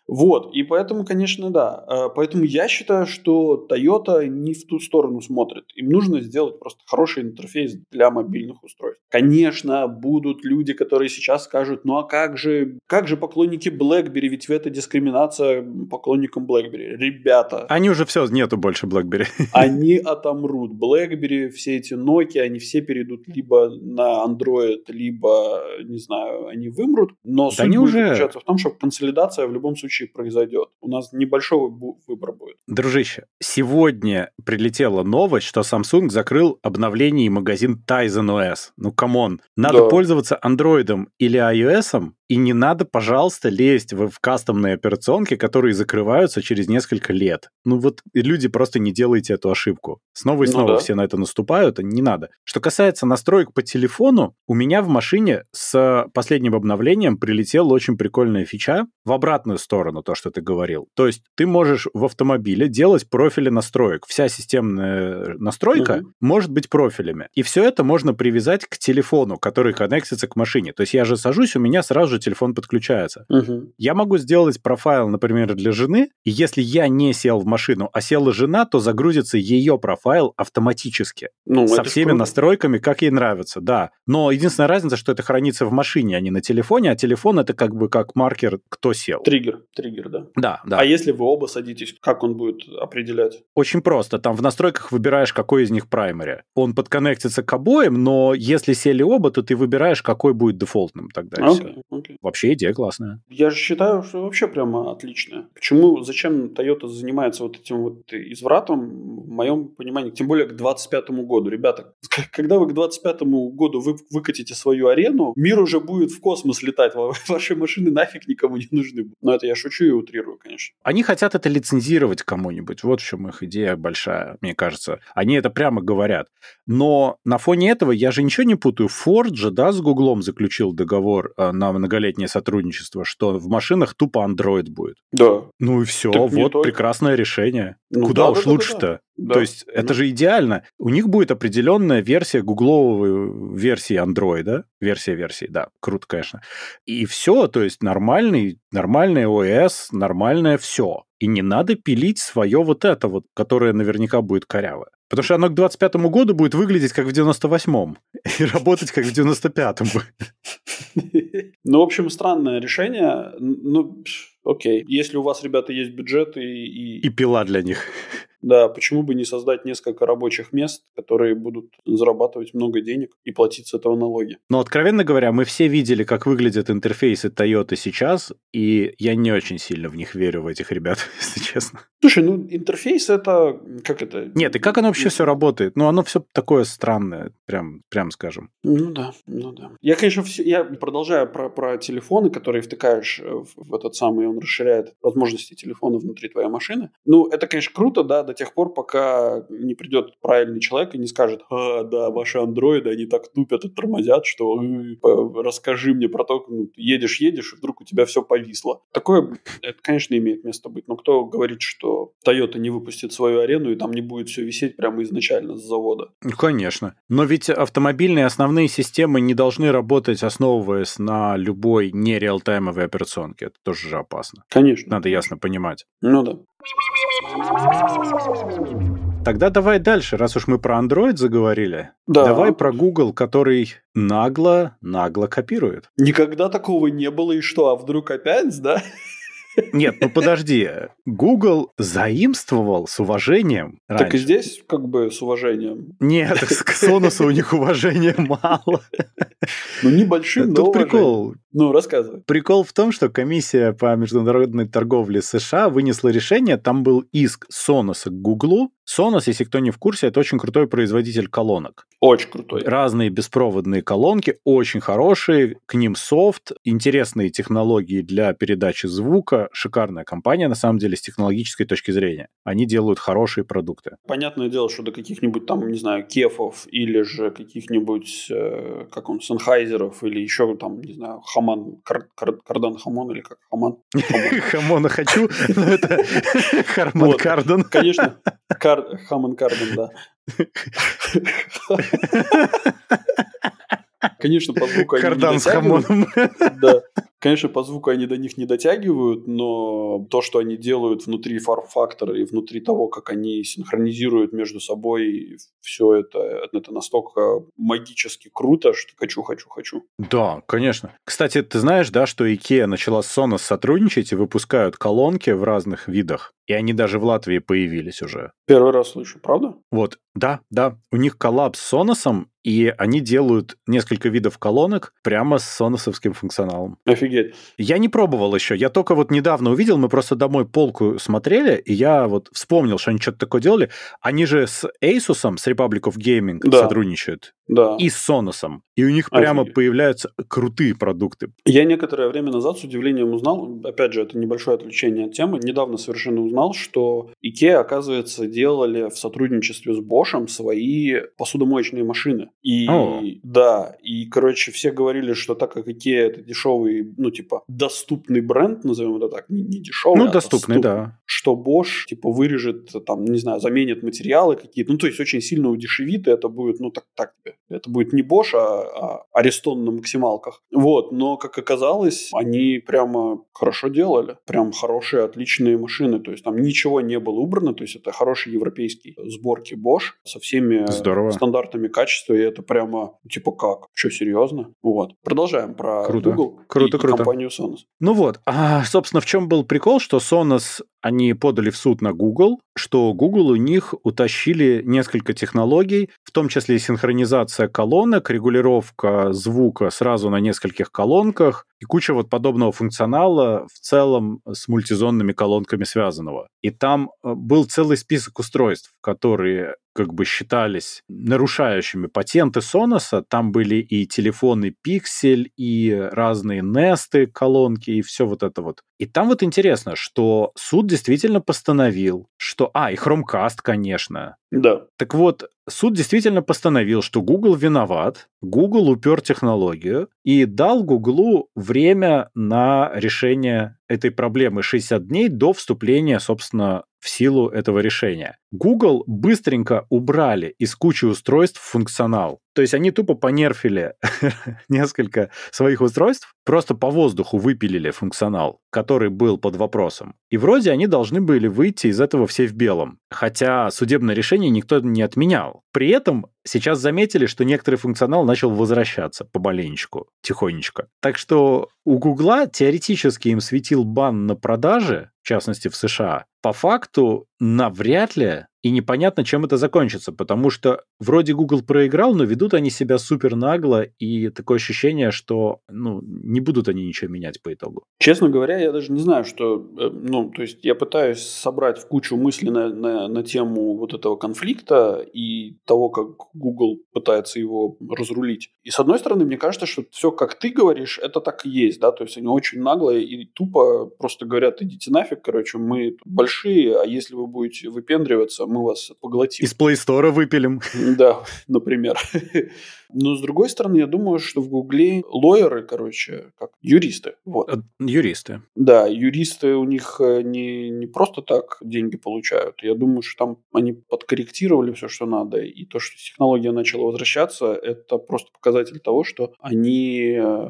[SPEAKER 1] Вот, и поэтому, конечно, да. Поэтому я считаю, что Toyota не в ту сторону смотрит. Им нужно сделать просто хороший интерфейс для мобильных устройств. Конечно, будут люди, которые сейчас скажут, ну а как же поклонники BlackBerry, ведь это дискриминация поклонникам BlackBerry. Ребята.
[SPEAKER 2] Они уже все, нету больше BlackBerry.
[SPEAKER 1] Они отомрут. BlackBerry, все эти Nokia, они все перейдут либо на Android, либо, не знаю, они вымрут. Но
[SPEAKER 2] Да
[SPEAKER 1] суть
[SPEAKER 2] они
[SPEAKER 1] будет
[SPEAKER 2] уже...
[SPEAKER 1] заключаться в том, что консолидация в любом случае произойдет. У нас небольшой выбор будет.
[SPEAKER 2] Дружище, сегодня прилетела новость, что Samsung закрыл обновление и магазин Tizen OS. Ну, камон. Надо пользоваться Android или iOS, и не надо, пожалуйста, лезть в кастомные операционки, которые закрываются через несколько лет. Ну вот люди просто не делайте эту ошибку. Снова и снова все на это наступают, не надо. Что касается настроек по телефону, у меня в машине с последним обновлением прилетела очень прикольная фича в обратную сторону, то, что ты говорил. То есть ты можешь в автомобиле делать профили настроек. Вся системная настройка может быть профилями. И все это можно привязать к телефону, который коннектится к машине. То есть я же сажусь, у меня сразу же телефон подключается. Я могу сделать профайл, например, для жены, и если я не сел в машину, а села жена, то загрузится ее профайл автоматически. Со всеми настройками, как ей нравится, да. Но единственная разница, что это хранится в машине, а не на телефоне, а телефон это как бы как маркер, кто сел.
[SPEAKER 1] Триггер, да. Да. А если вы оба садитесь, как он будет определять?
[SPEAKER 2] Очень просто. Там в настройках выбираешь, какой из них primary. Он подконнектится к обоим, но если сели оба, то ты выбираешь, какой будет дефолтным тогда.
[SPEAKER 1] Окей.
[SPEAKER 2] Вообще идея классная.
[SPEAKER 1] Я же считаю, что вообще прямо отлично. Зачем Toyota занимается вот этим вот извратом, в моем понимании, тем более к 25-му году. Ребята, когда вы к 25-му году выкатите свою арену, мир уже будет в космос летать. Ваши машины нафиг никому не нужны. Но это я шучу и утрирую, конечно.
[SPEAKER 2] Они хотят это лицензировать кому-нибудь. Вот в чем их идея большая, мне кажется. Они это прямо говорят. Но на фоне этого я же ничего не путаю. Ford же, да, с Гуглом заключил договор на многолетнее сотрудничество, что в машинах тупо Android будет.
[SPEAKER 1] Да.
[SPEAKER 2] Ну и все, вот прекрасное решение. Куда уж лучше-то? То есть это же идеально. У них будет определенная версия гугловой версии Android, версии, да, круто, конечно. И все, то есть нормальный ОС, нормальное все. И не надо пилить свое вот это вот, которое наверняка будет корявое. Потому что оно к 25-му году будет выглядеть как в 98-м и работать как в 95-м.
[SPEAKER 1] Ну, в общем, странное решение. Ну, окей. Если у вас, ребята, есть бюджет и
[SPEAKER 2] пила для них.
[SPEAKER 1] Да, почему бы не создать несколько рабочих мест, которые будут зарабатывать много денег и платить с этого налоги?
[SPEAKER 2] Но, откровенно говоря, мы все видели, как выглядят интерфейсы Toyota сейчас, и я не очень сильно в них верю, в этих ребят, если честно.
[SPEAKER 1] Слушай, интерфейс это... Как это?
[SPEAKER 2] Нет, и как оно вообще все работает? Ну, оно все такое странное, прям скажем.
[SPEAKER 1] Ну да. Я, конечно, я продолжаю про телефоны, которые втыкаешь в этот самый, он расширяет возможности телефона внутри твоей машины. Ну, это, конечно, круто, да, до тех пор, пока не придет правильный человек и не скажет: да, ваши андроиды, они так тупят и тормозят, что расскажи мне про то, едешь, и вдруг у тебя все повисло. Такое, это, конечно, имеет место быть. Но кто говорит, что Toyota не выпустит свою арену и там не будет все висеть прямо изначально с завода?
[SPEAKER 2] Ну, конечно. Но ведь автомобильные основные системы не должны работать, основываясь на любой не реалтаймовой операционке. Это тоже же опасно.
[SPEAKER 1] Конечно.
[SPEAKER 2] Надо ясно понимать.
[SPEAKER 1] Ну да.
[SPEAKER 2] Тогда давай дальше, раз уж мы про Android заговорили.
[SPEAKER 1] Да.
[SPEAKER 2] Давай про Google, который нагло копирует.
[SPEAKER 1] Никогда такого не было, и что, а вдруг опять, да?
[SPEAKER 2] Нет, ну подожди. Google заимствовал с уважением раньше.
[SPEAKER 1] Так и здесь как бы с уважением.
[SPEAKER 2] Нет, к Sonos у них уважения мало.
[SPEAKER 1] Ну, небольшим, но
[SPEAKER 2] тут прикол.
[SPEAKER 1] Ну, рассказывай.
[SPEAKER 2] Прикол в том, что комиссия по международной торговле США вынесла решение, там был иск Sonos к Google. Sonos, если кто не в курсе, это очень крутой производитель колонок.
[SPEAKER 1] Очень крутой.
[SPEAKER 2] Разные беспроводные колонки, очень хорошие, к ним софт, интересные технологии для передачи звука, шикарная компания, на самом деле, с технологической точки зрения. Они делают хорошие продукты.
[SPEAKER 1] Понятное дело, что до каких-нибудь там, не знаю, кефов или же каких-нибудь, Сенхайзеров или еще там, не знаю, Кардан Хамон или как Хаман?
[SPEAKER 2] Хамона хочу, но это Харман Кардон.
[SPEAKER 1] Конечно, Хаман Кардон, да. Конечно, по звуку они не дотягивают.
[SPEAKER 2] Кардан с хамоном.
[SPEAKER 1] Да. Конечно, по звуку они до них не дотягивают, но то, что они делают внутри форм-фактора и внутри того, как они синхронизируют между собой, все это настолько магически круто, что хочу.
[SPEAKER 2] Да, конечно. Кстати, ты знаешь, да, что IKEA начала с Sonos сотрудничать и выпускают колонки в разных видах? И они даже в Латвии появились уже.
[SPEAKER 1] Первый раз слышу, правда?
[SPEAKER 2] Вот, да. У них коллаб с Sonos'ом, и они делают несколько видов колонок прямо с соносовским функционалом.
[SPEAKER 1] Офигеть.
[SPEAKER 2] Я не пробовал еще, я только вот недавно увидел, мы просто домой полку смотрели, и я вот вспомнил, что они что-то такое делали. Они же с Asus'ом, с Republic of Gaming сотрудничают.
[SPEAKER 1] Да.
[SPEAKER 2] И с Sonos'ом. И у них прямо появляются крутые продукты.
[SPEAKER 1] Я некоторое время назад с удивлением узнал, опять же, это небольшое отвлечение от темы, недавно совершенно узнал, что IKEA, оказывается, делали в сотрудничестве с Bosch'ом свои посудомоечные машины. И, короче, все говорили, что так как IKEA это дешевый, доступный бренд, назовем это так, не дешевый,
[SPEAKER 2] доступный, да.
[SPEAKER 1] Что Bosch, вырежет, заменит материалы какие-то, то есть очень сильно удешевит, и это будет, это будет не Bosch, а Ariston на максималках. Но, как оказалось, они прямо хорошо делали. Прям хорошие, отличные машины. То есть там ничего не было убрано. То есть это хорошие европейские сборки Bosch со всеми стандартами качества. И это прямо, как? Что, серьезно? Продолжаем про Google и компанию Sonos.
[SPEAKER 2] Собственно, в чем был прикол, что Sonos они подали в суд на Google, что Google у них утащили несколько технологий, в том числе синхронизация колонок, регулировка звука сразу на нескольких колонках и куча подобного функционала в целом с мультизонными колонками связанного. И там был целый список устройств, которые считались нарушающими патенты Sonos. Там были и телефоны Pixel, и разные Nest колонки, и все это. И там интересно, что суд действительно постановил, что... и Chromecast, конечно.
[SPEAKER 1] Да.
[SPEAKER 2] Так суд действительно постановил, что Google виноват, Google упер технологию и дал Google время на решение этой проблемы 60 дней до вступления, собственно, в силу этого решения. Google быстренько убрали из кучи устройств функционал. То есть они тупо понерфили несколько своих устройств, просто по воздуху выпилили функционал, который был под вопросом. И вроде они должны были выйти из этого все в белом. Хотя судебное решение никто не отменял. При этом сейчас заметили, что некоторый функционал начал возвращаться помаленечку, тихонечко. Так что у Гугла теоретически им светил бан на продаже, в частности в США. По факту навряд ли, и непонятно, чем это закончится, потому что вроде Google проиграл, но ведут они себя супер нагло, и такое ощущение, что не будут они ничего менять по итогу.
[SPEAKER 1] Честно говоря, я даже не знаю, что... то есть я пытаюсь собрать в кучу мыслей на тему этого конфликта и того, как Google пытается его разрулить. И с одной стороны, мне кажется, что все, как ты говоришь, это так и есть, да, то есть они очень наглые и тупо просто говорят: идите нафиг, мы большие, а если вы будете выпендриваться, мы вас поглотим.
[SPEAKER 2] Из Play Store выпилим.
[SPEAKER 1] Да, например. Но, с другой стороны, я думаю, что в Гугле лоеры, как юристы.
[SPEAKER 2] Юристы.
[SPEAKER 1] Да, юристы у них не просто так деньги получают. Я думаю, что там они подкорректировали все, что надо. И то, что технология начала возвращаться, это просто показатель того, что они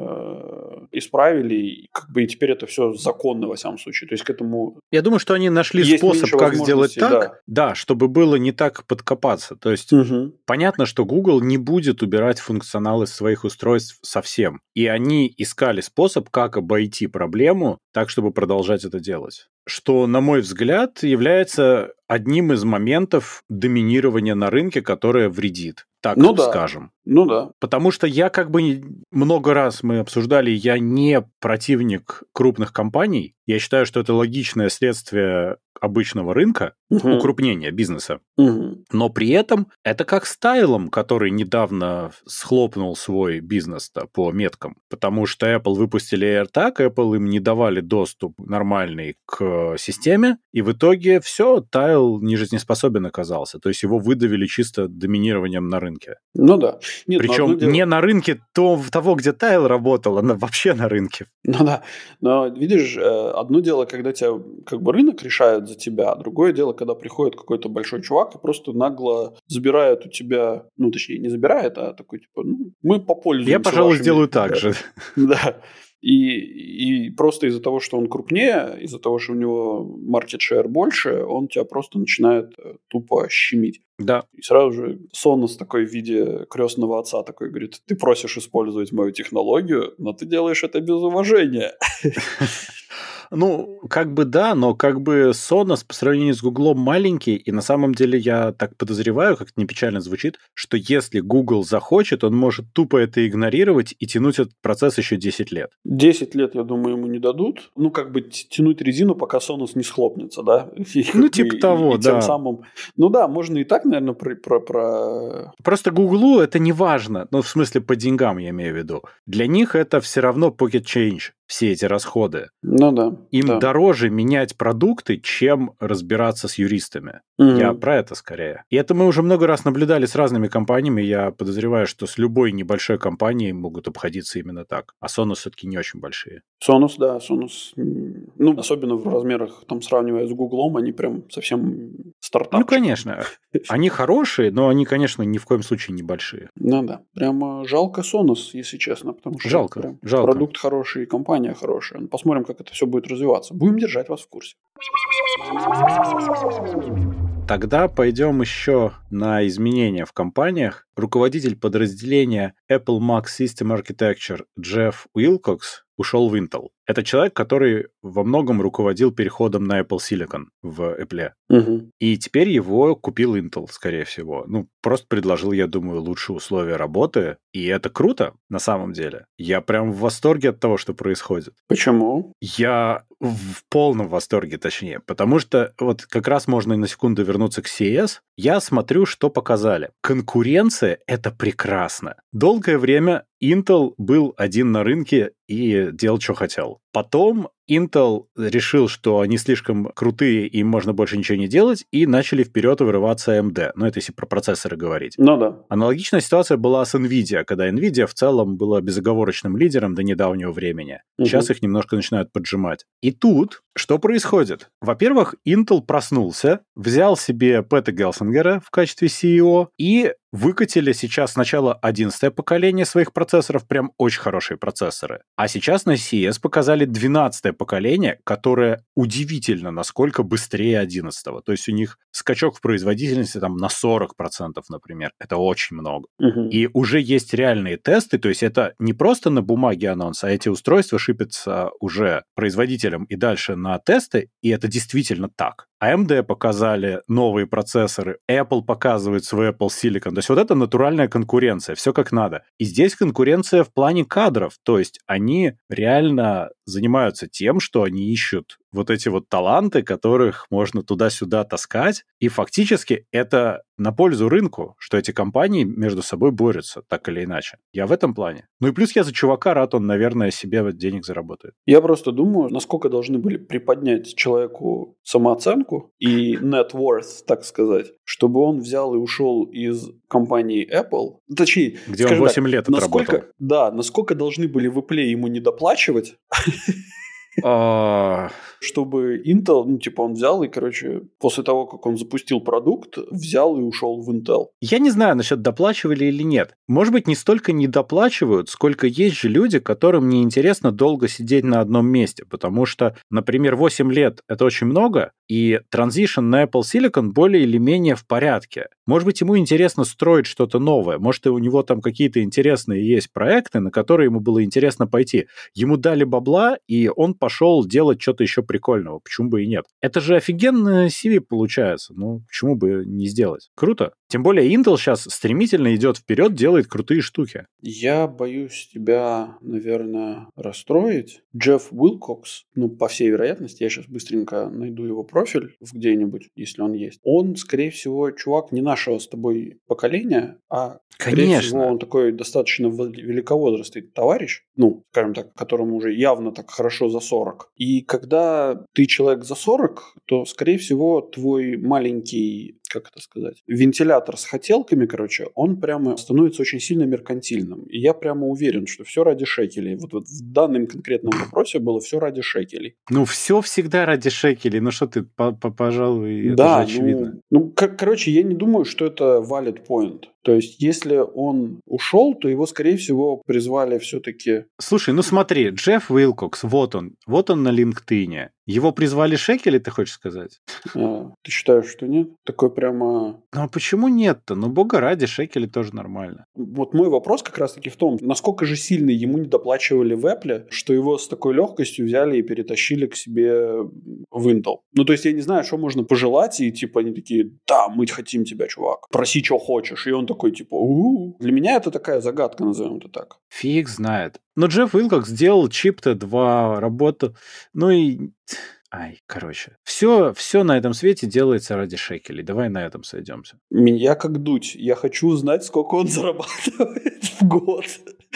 [SPEAKER 1] исправили, и теперь это все законно, во всяком случае. То есть к этому...
[SPEAKER 2] Я думаю, что они нашли способ, как сделать так, да, чтобы было не так подкопаться. То есть понятно, что Google не будет убирать функционал из своих устройств совсем. И они искали способ, как обойти проблему так, чтобы продолжать это делать. Что, на мой взгляд, является одним из моментов доминирования на рынке, которое вредит, так скажем.
[SPEAKER 1] Да.
[SPEAKER 2] Потому что я много раз мы обсуждали, я не противник крупных компаний. Я считаю, что это логичное следствие обычного рынка, укрупнения бизнеса. Но при этом это как с Тайлом, который недавно схлопнул свой бизнес по меткам. Потому что Apple выпустили AirTag, Apple им не давали доступ нормальный к системе, и в итоге все, Тайл нежизнеспособен оказался. То есть его выдавили чисто доминированием на рынке.
[SPEAKER 1] Да.
[SPEAKER 2] Нет, причем не на рынке того, где Тайл работал, а вообще на рынке.
[SPEAKER 1] Да. Но видишь, одно дело, когда тебя рынок решает за тебя, а другое дело, когда приходит какой-то большой чувак и просто нагло забирает у тебя, ну, точнее, не забирает, а такой, типа, ну, мы попользуемся
[SPEAKER 2] Я, пожалуй,
[SPEAKER 1] вашими...
[SPEAKER 2] сделаю так же.
[SPEAKER 1] Да. И просто из-за того, что он крупнее, из-за того, что у него market share больше, он тебя просто начинает тупо щемить.
[SPEAKER 2] Да.
[SPEAKER 1] И сразу же Sonos такой в виде крестного отца такой говорит: ты просишь использовать мою технологию, но ты делаешь это без уважения.
[SPEAKER 2] Ну, как бы да, но как бы Sonos по сравнению с Гуглом маленький, и на самом деле я так подозреваю, как это не печально звучит, что если Google захочет, он может тупо это игнорировать и тянуть этот процесс еще 10 лет.
[SPEAKER 1] 10 лет, я думаю, ему не дадут. Ну, как бы тянуть резину, пока Sonos не схлопнется, да?
[SPEAKER 2] Ну, типа того,
[SPEAKER 1] и тем
[SPEAKER 2] да.
[SPEAKER 1] самым... Ну да, можно и так, наверное,
[SPEAKER 2] Просто Гуглу это не важно, ну, в смысле по деньгам я имею в виду. Для них это все равно pocket change, все эти расходы.
[SPEAKER 1] Ну да.
[SPEAKER 2] Им
[SPEAKER 1] да.
[SPEAKER 2] дороже менять продукты, чем разбираться с юристами. Я про это скорее. И это мы уже много раз наблюдали с разными компаниями. Я подозреваю, что с любой небольшой компанией могут обходиться именно так. А Sonos все-таки не очень большие.
[SPEAKER 1] Sonos, да, Sonos. Ну, особенно в размерах, там, сравнивая с Гуглом, они прям совсем стартапчики.
[SPEAKER 2] Ну, конечно. Они хорошие, но они, конечно, ни в коем случае не большие.
[SPEAKER 1] Ну да. Прямо жалко Sonos, если честно, потому что
[SPEAKER 2] жалко.
[SPEAKER 1] Продукт хороший, компания хорошая. Ну, посмотрим, как это все будет развиваться. Будем держать вас в курсе.
[SPEAKER 2] Тогда пойдем еще на изменения в компаниях. Руководитель подразделения Apple Mac System Architecture Джефф Уилкокс ушел в Intel. Это человек, который во многом руководил переходом на Apple Silicon в Apple.
[SPEAKER 1] Угу.
[SPEAKER 2] И теперь его купил Intel, скорее всего. Ну, просто предложил, я думаю, лучшие условия работы. И это круто, на самом деле. Я прям в восторге от того, что происходит.
[SPEAKER 1] Почему?
[SPEAKER 2] Я в полном восторге, точнее. Потому что вот как раз можно на секунду вернуться к CES. Я смотрю, что показали. Конкуренция — это прекрасно. Долгое время Intel был один на рынке и делал, что хотел. Потом Intel решил, что они слишком крутые, и им можно больше ничего не делать, и начали вперед вырываться AMD. Ну, это если про процессоры говорить.
[SPEAKER 1] Ну да.
[SPEAKER 2] Аналогичная ситуация была с NVIDIA, когда NVIDIA в целом была безоговорочным лидером до недавнего времени. Сейчас их немножко начинают поджимать. И тут что происходит? Во-первых, Intel проснулся, взял себе Пэта Гелсингера в качестве CEO и выкатили сейчас сначала 11-е поколение своих процессоров, прям очень хорошие процессоры. А сейчас на CES показали 12-е поколение, которое удивительно, насколько быстрее 11-го. То есть у них скачок в производительности там на 40%, например. Это очень много. И уже есть реальные тесты, то есть это не просто на бумаге анонс, а эти устройства шипятся уже производителям и дальше на тесты, и это действительно так. AMD показали новые процессоры, Apple показывает свой Apple Silicon. То есть вот это натуральная конкуренция, все как надо. И здесь конкуренция в плане кадров, то есть они реально занимаются тем, что они ищут вот эти вот таланты, которых можно туда-сюда таскать, и фактически это на пользу рынку, что эти компании между собой борются, так или иначе. Я в этом плане. Ну и плюс я за чувака рад, он, наверное, себе денег заработает.
[SPEAKER 1] Я просто думаю, насколько должны были приподнять человеку самооценку и net worth, так сказать, чтобы он взял и ушел из компании Apple, точнее,
[SPEAKER 2] где он 8 лет отработал.
[SPEAKER 1] Да, насколько должны были в Apple ему недоплачивать, чтобы Intel, ну, типа, он взял и, короче, после того, как он запустил продукт, взял и ушел в Intel.
[SPEAKER 2] Я не знаю, насчет доплачивали или нет. Может быть, не столько не доплачивают, сколько есть же люди, которым неинтересно долго сидеть на одном месте, потому что, например, 8 лет — это очень много, и транзишн на Apple Silicon более или менее в порядке. Может быть, ему интересно строить что-то новое, может, и у него там какие-то интересные есть проекты, на которые ему было интересно пойти. Ему дали бабла, и он пошел делать что-то еще прикольного. Почему бы и нет? Это же офигенное CV получается. Ну, почему бы не сделать? Круто. Тем более Intel сейчас стремительно идет вперед, делает крутые штуки.
[SPEAKER 1] Я боюсь тебя, наверное, расстроить. Джефф Уилкокс, ну, по всей вероятности, я сейчас быстренько найду его профиль где-нибудь, если он есть. Он, скорее всего, чувак не нашего с тобой поколения, а, скорее всего, он такой достаточно великовозрастный товарищ, ну, скажем так, которому уже явно так хорошо за 40. И когда ты человек за 40, то, скорее всего, твой маленький как это сказать, вентилятор с хотелками, короче, он прямо становится очень сильно меркантильным. И я прямо уверен, что все ради шекелей. Вот в данном конкретном вопросе было все ради шекелей.
[SPEAKER 2] Ну, все всегда ради шекелей. Ну, что ты, пожалуй, это
[SPEAKER 1] Да,
[SPEAKER 2] же очевидно.
[SPEAKER 1] короче, я не думаю, что это valid point. То есть, если он ушел, то его, скорее всего, призвали все-таки...
[SPEAKER 2] Слушай, ну смотри, Джефф Уилкокс, вот он на LinkedIn. Его призвали шекели, ты хочешь сказать?
[SPEAKER 1] Ты считаешь, что нет? Такой прямо...
[SPEAKER 2] Ну, а почему нет-то? Ну, бога ради, шекели тоже нормально.
[SPEAKER 1] Вот мой вопрос как раз-таки в том, насколько же сильно ему не доплачивали в Apple, что его с такой легкостью взяли и перетащили к себе в Intel. Ну, то есть, я не знаю, что можно пожелать, и типа они такие, да, мы хотим тебя, чувак, проси, что хочешь. И он такой, типа, у-у-у. Для меня это такая загадка, назовем это так.
[SPEAKER 2] Фиг знает. Но Джефф Уилкокс сделал чип Т2, работу. Ну и... короче. Все на этом свете делается ради шекелей. Давай на этом сойдемся.
[SPEAKER 1] Меня как дуть. Я хочу узнать, сколько он зарабатывает в год.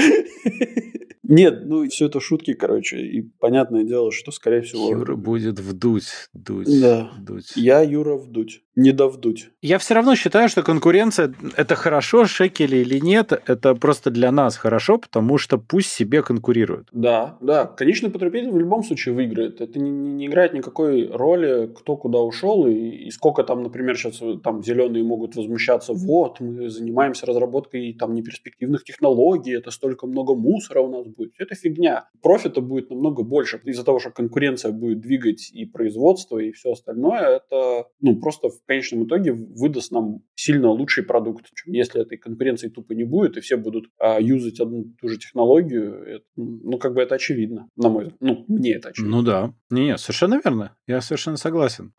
[SPEAKER 1] Нет, ну все это шутки, короче. И понятное дело, что, скорее всего...
[SPEAKER 2] Юра будет вдуть.
[SPEAKER 1] Да. Я Юра вдуть. Не довдуть.
[SPEAKER 2] Я все равно считаю, что конкуренция – это хорошо, шекели или нет. Это просто для нас хорошо, потому что пусть себе конкурируют.
[SPEAKER 1] Да. Конечный потребитель в любом случае выиграет. Это не играет никакой роли, кто куда ушел и сколько там, например, сейчас там зеленые могут возмущаться. Вот, мы занимаемся разработкой там неперспективных технологий, это столько много мусора у нас будет. Это фигня. Профита будет намного больше. Из-за того, что конкуренция будет двигать и производство, и все остальное, это просто в конечном итоге выдаст нам сильно лучший продукт. Если этой конкуренции тупо не будет, и все будут юзать одну и ту же технологию, это очевидно, на мой взгляд. Мне это очевидно.
[SPEAKER 2] Ну да. Не, совершенно верно. Я совершенно согласен.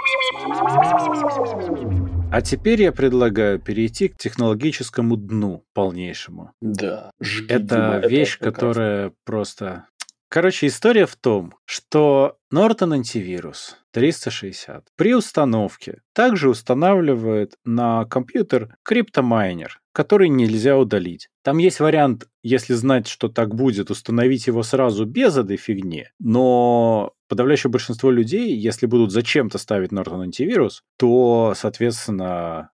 [SPEAKER 2] А теперь я предлагаю перейти к технологическому дну полнейшему.
[SPEAKER 1] Да.
[SPEAKER 2] Это вещь, которая просто... Короче, история в том, что Norton антивирус 360 при установке также устанавливает на компьютер криптомайнер, который нельзя удалить. Там есть вариант, если знать, что так будет, установить его сразу без этой фигни, но подавляющее большинство людей, если будут зачем-то ставить Norton антивирус, то, соответственно,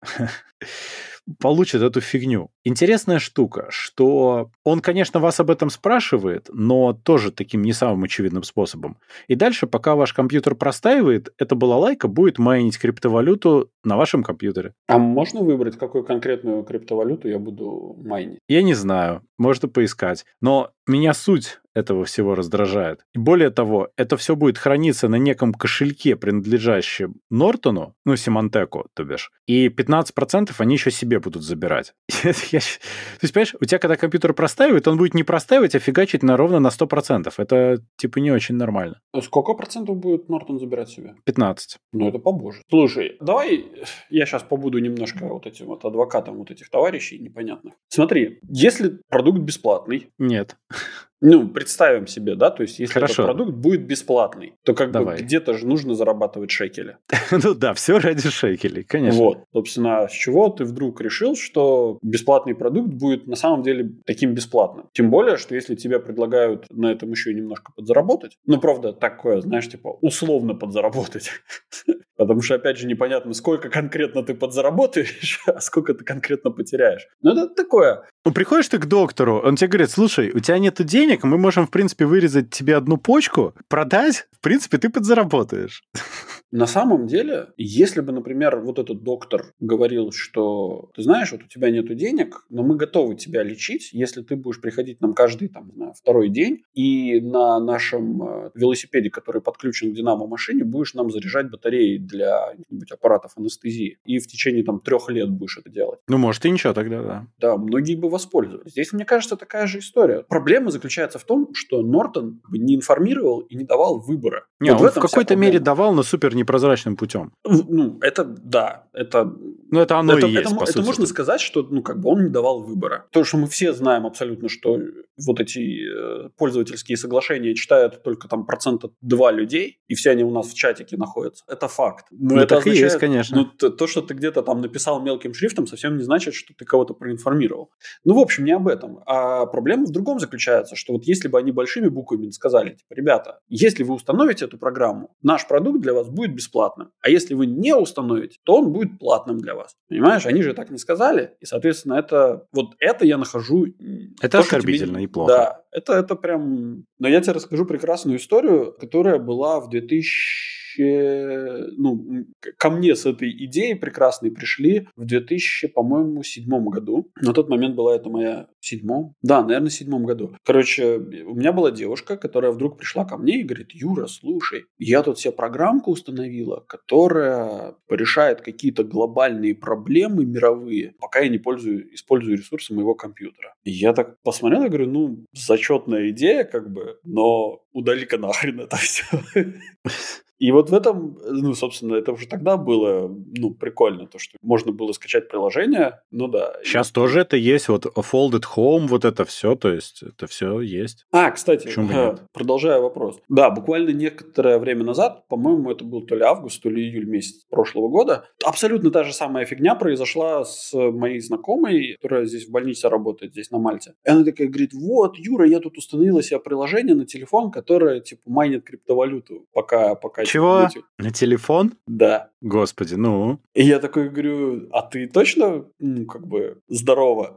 [SPEAKER 2] получат эту фигню. Интересная штука, что он, конечно, вас об этом спрашивает, но тоже таким не самым очевидным способом. И дальше, пока ваш компьютер простаивает, эта балалайка будет майнить криптовалюту на вашем компьютере.
[SPEAKER 1] А можно выбрать, какую конкретную криптовалюту я буду майнить?
[SPEAKER 2] Я не знаю, можно поискать. Но меня суть этого всего раздражает. И более того, это все будет храниться на неком кошельке, принадлежащем Нортону, Симантеку, то бишь, и 15% они еще себе будут забирать. То есть, понимаешь, у тебя, когда компьютер простаивает, он будет не простаивать, а фигачить ровно на 100%. Это, не очень нормально.
[SPEAKER 1] Сколько процентов будет Нортон забирать себе?
[SPEAKER 2] 15.
[SPEAKER 1] Это побоже. Слушай, давай я сейчас побуду немножко этим адвокатом этих товарищей непонятных. Смотри, если продукт бесплатный...
[SPEAKER 2] Нет.
[SPEAKER 1] Представим себе, да, то есть если этот продукт будет бесплатный, то бы где-то же нужно зарабатывать шекели.
[SPEAKER 2] Все ради шекелей, конечно.
[SPEAKER 1] Собственно, с чего ты вдруг решил, что бесплатный продукт будет на самом деле таким бесплатным? Тем более, что если тебе предлагают на этом еще немножко подзаработать, правда, такое, знаешь, условно подзаработать, потому что, опять же, непонятно, сколько конкретно ты подзаработаешь, а сколько ты конкретно потеряешь. Это такое.
[SPEAKER 2] Приходишь ты к доктору, он тебе говорит, слушай, у тебя нету денег, мы можем, в принципе, вырезать тебе одну почку, продать, в принципе, ты подзаработаешь.
[SPEAKER 1] На самом деле, если бы, например, этот доктор говорил, что, ты знаешь, у тебя нету денег, но мы готовы тебя лечить, если ты будешь приходить к нам каждый, второй день, и на нашем велосипеде, который подключен к динамо-машине, будешь нам заряжать батареи для аппаратов анестезии. И в течение 3 лет будешь это делать.
[SPEAKER 2] Может, и ничего тогда, да.
[SPEAKER 1] Да, многие бы воспользовались. Здесь, мне кажется, такая же история. Проблема заключается в том, что Нортон не информировал и не давал выбора.
[SPEAKER 2] Он в какой-то мере давал, но супер непрозрачным путем.
[SPEAKER 1] Это да. Это
[SPEAKER 2] оно и есть, по сути.
[SPEAKER 1] Это можно сказать, что он не давал выбора. То, что мы все знаем абсолютно, что эти пользовательские соглашения читают только 2% людей, и все они у нас в чатике находятся. Это факт. Но это
[SPEAKER 2] так означает, и есть, конечно.
[SPEAKER 1] То, что ты где-то написал мелким шрифтом, совсем не значит, что ты кого-то проинформировал. В общем, не об этом. А проблема в другом заключается, что если бы они большими буквами сказали, ребята, если вы установите эту программу, наш продукт для вас будет будет бесплатным. А если вы не установите, то он будет платным для вас. Понимаешь? Они же так не сказали. И, соответственно, это я нахожу...
[SPEAKER 2] Это оскорбительно и плохо.
[SPEAKER 1] Да, это прям... Но я тебе расскажу прекрасную историю, которая была в 2000... ко мне с этой идеей прекрасной пришли в 2000, по-моему, 2007 году. На тот момент была это моя... В 2007? Да, наверное, в 2007 году. Короче, у меня была девушка, которая вдруг пришла ко мне и говорит: Юра, слушай, я тут себе программку установила, которая решает какие-то глобальные проблемы мировые, пока я не использую ресурсы моего компьютера. И я так посмотрел и говорю: зачетная идея, но удали-ка нахрен это все. И вот в этом, собственно, это уже тогда было, прикольно, то, что можно было скачать приложение, да.
[SPEAKER 2] Сейчас тоже это есть, вот Folded Home, вот это все, то есть это все есть.
[SPEAKER 1] Кстати, продолжая вопрос. Да, буквально некоторое время назад, по-моему, это был то ли август, то ли июль месяц прошлого года, абсолютно та же самая фигня произошла с моей знакомой, которая здесь в больнице работает, здесь на Мальте. И она такая говорит: вот, Юра, я тут установила себе приложение на телефон, которое, майнит криптовалюту, пока
[SPEAKER 2] чего? На телефон?
[SPEAKER 1] Да.
[SPEAKER 2] Господи,
[SPEAKER 1] И я такой говорю: а ты точно, здорово?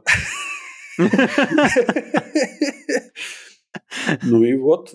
[SPEAKER 1] И вот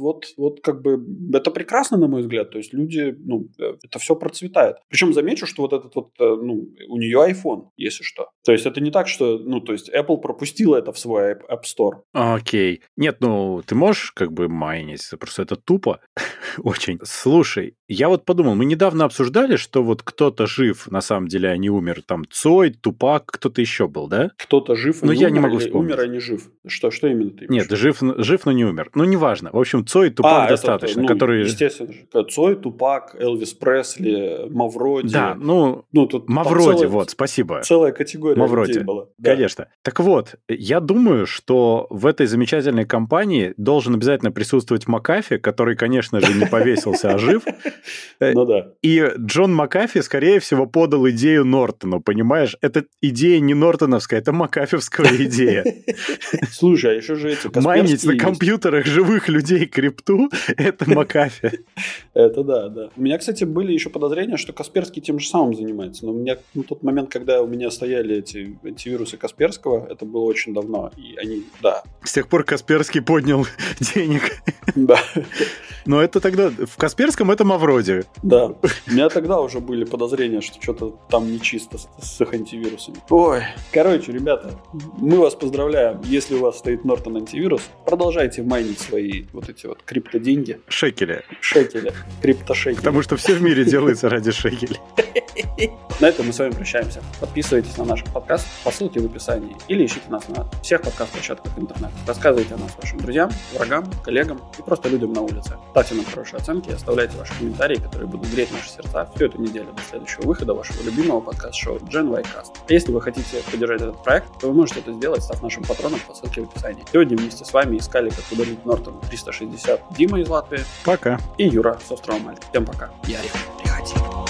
[SPEAKER 1] это прекрасно, на мой взгляд. То есть люди, это все процветает. Причем замечу, что вот этот у нее iPhone, если что. То есть это не так, что, то есть Apple пропустила это в свой App Store.
[SPEAKER 2] Окей. Нет, ты можешь майнить, просто это тупо очень. Слушай, я вот подумал, мы недавно обсуждали, что вот кто-то жив, на самом деле, а не умер. Там Цой, Тупак, кто-то еще был, да?
[SPEAKER 1] Кто-то жив,
[SPEAKER 2] но я не могу вспомнить.
[SPEAKER 1] Умер, а не жив. Что именно ты
[SPEAKER 2] имеешь? Нет, жив, но не умер. Неважно. В общем, Цой, Тупак достаточно. Которые...
[SPEAKER 1] Естественно же. Цой, Тупак, Элвис Пресли, Мавроди.
[SPEAKER 2] Да,
[SPEAKER 1] тут
[SPEAKER 2] Мавроди, спасибо.
[SPEAKER 1] Целая категория
[SPEAKER 2] Мавроди
[SPEAKER 1] людей была.
[SPEAKER 2] Да. Конечно. Так вот, я думаю, что в этой замечательной компании должен обязательно присутствовать Макафи, который, конечно же, не повесился, а жив.
[SPEAKER 1] Да.
[SPEAKER 2] И Джон Макафи, скорее всего, подал идею Нортону, понимаешь? Это идея не нортоновская, это макафевская идея.
[SPEAKER 1] Слушай, а еще же эти Касперские
[SPEAKER 2] майнить на компьютерах живых людей крипту – это Макафи.
[SPEAKER 1] Это да. У меня, кстати, были еще подозрения, что Касперский тем же самым занимается. Но у меня тот момент, когда у меня стояли эти антивирусы Касперского, это было очень давно. И они, да.
[SPEAKER 2] С тех пор Касперский поднял денег.
[SPEAKER 1] Да.
[SPEAKER 2] Но это тогда... В Касперском это Мавроди.
[SPEAKER 1] Да. У меня тогда уже были подозрения, что что-то там нечисто с их антивирусами. Ой. Короче, ребята, мы вас поздравляем. Если у вас стоит Norton антивирус, продолжайте майнить свои вот эти вот криптоденьги.
[SPEAKER 2] Шекели.
[SPEAKER 1] Криптошекели.
[SPEAKER 2] Потому что все в мире делается ради шекелей.
[SPEAKER 1] На этом мы с вами прощаемся. Подписывайтесь на наш подкаст по ссылке в описании или ищите нас на всех подкаст-площадках интернета. Рассказывайте о нас вашим друзьям, врагам, коллегам и просто людям на улице. Ставьте нам хорошие оценки и оставляйте ваши комментарии, которые будут греть наши сердца всю эту неделю до следующего выхода вашего любимого подкаст-шоу Gen Y Cast. А если вы хотите поддержать этот проект, то вы можете это сделать, став нашим патроном по ссылке в описании. Сегодня вместе с вами искали, как удалить Norton 360 Дима из Латвии.
[SPEAKER 2] Пока.
[SPEAKER 1] И Юра с острова Мальты. Всем пока. Ярик, приходи.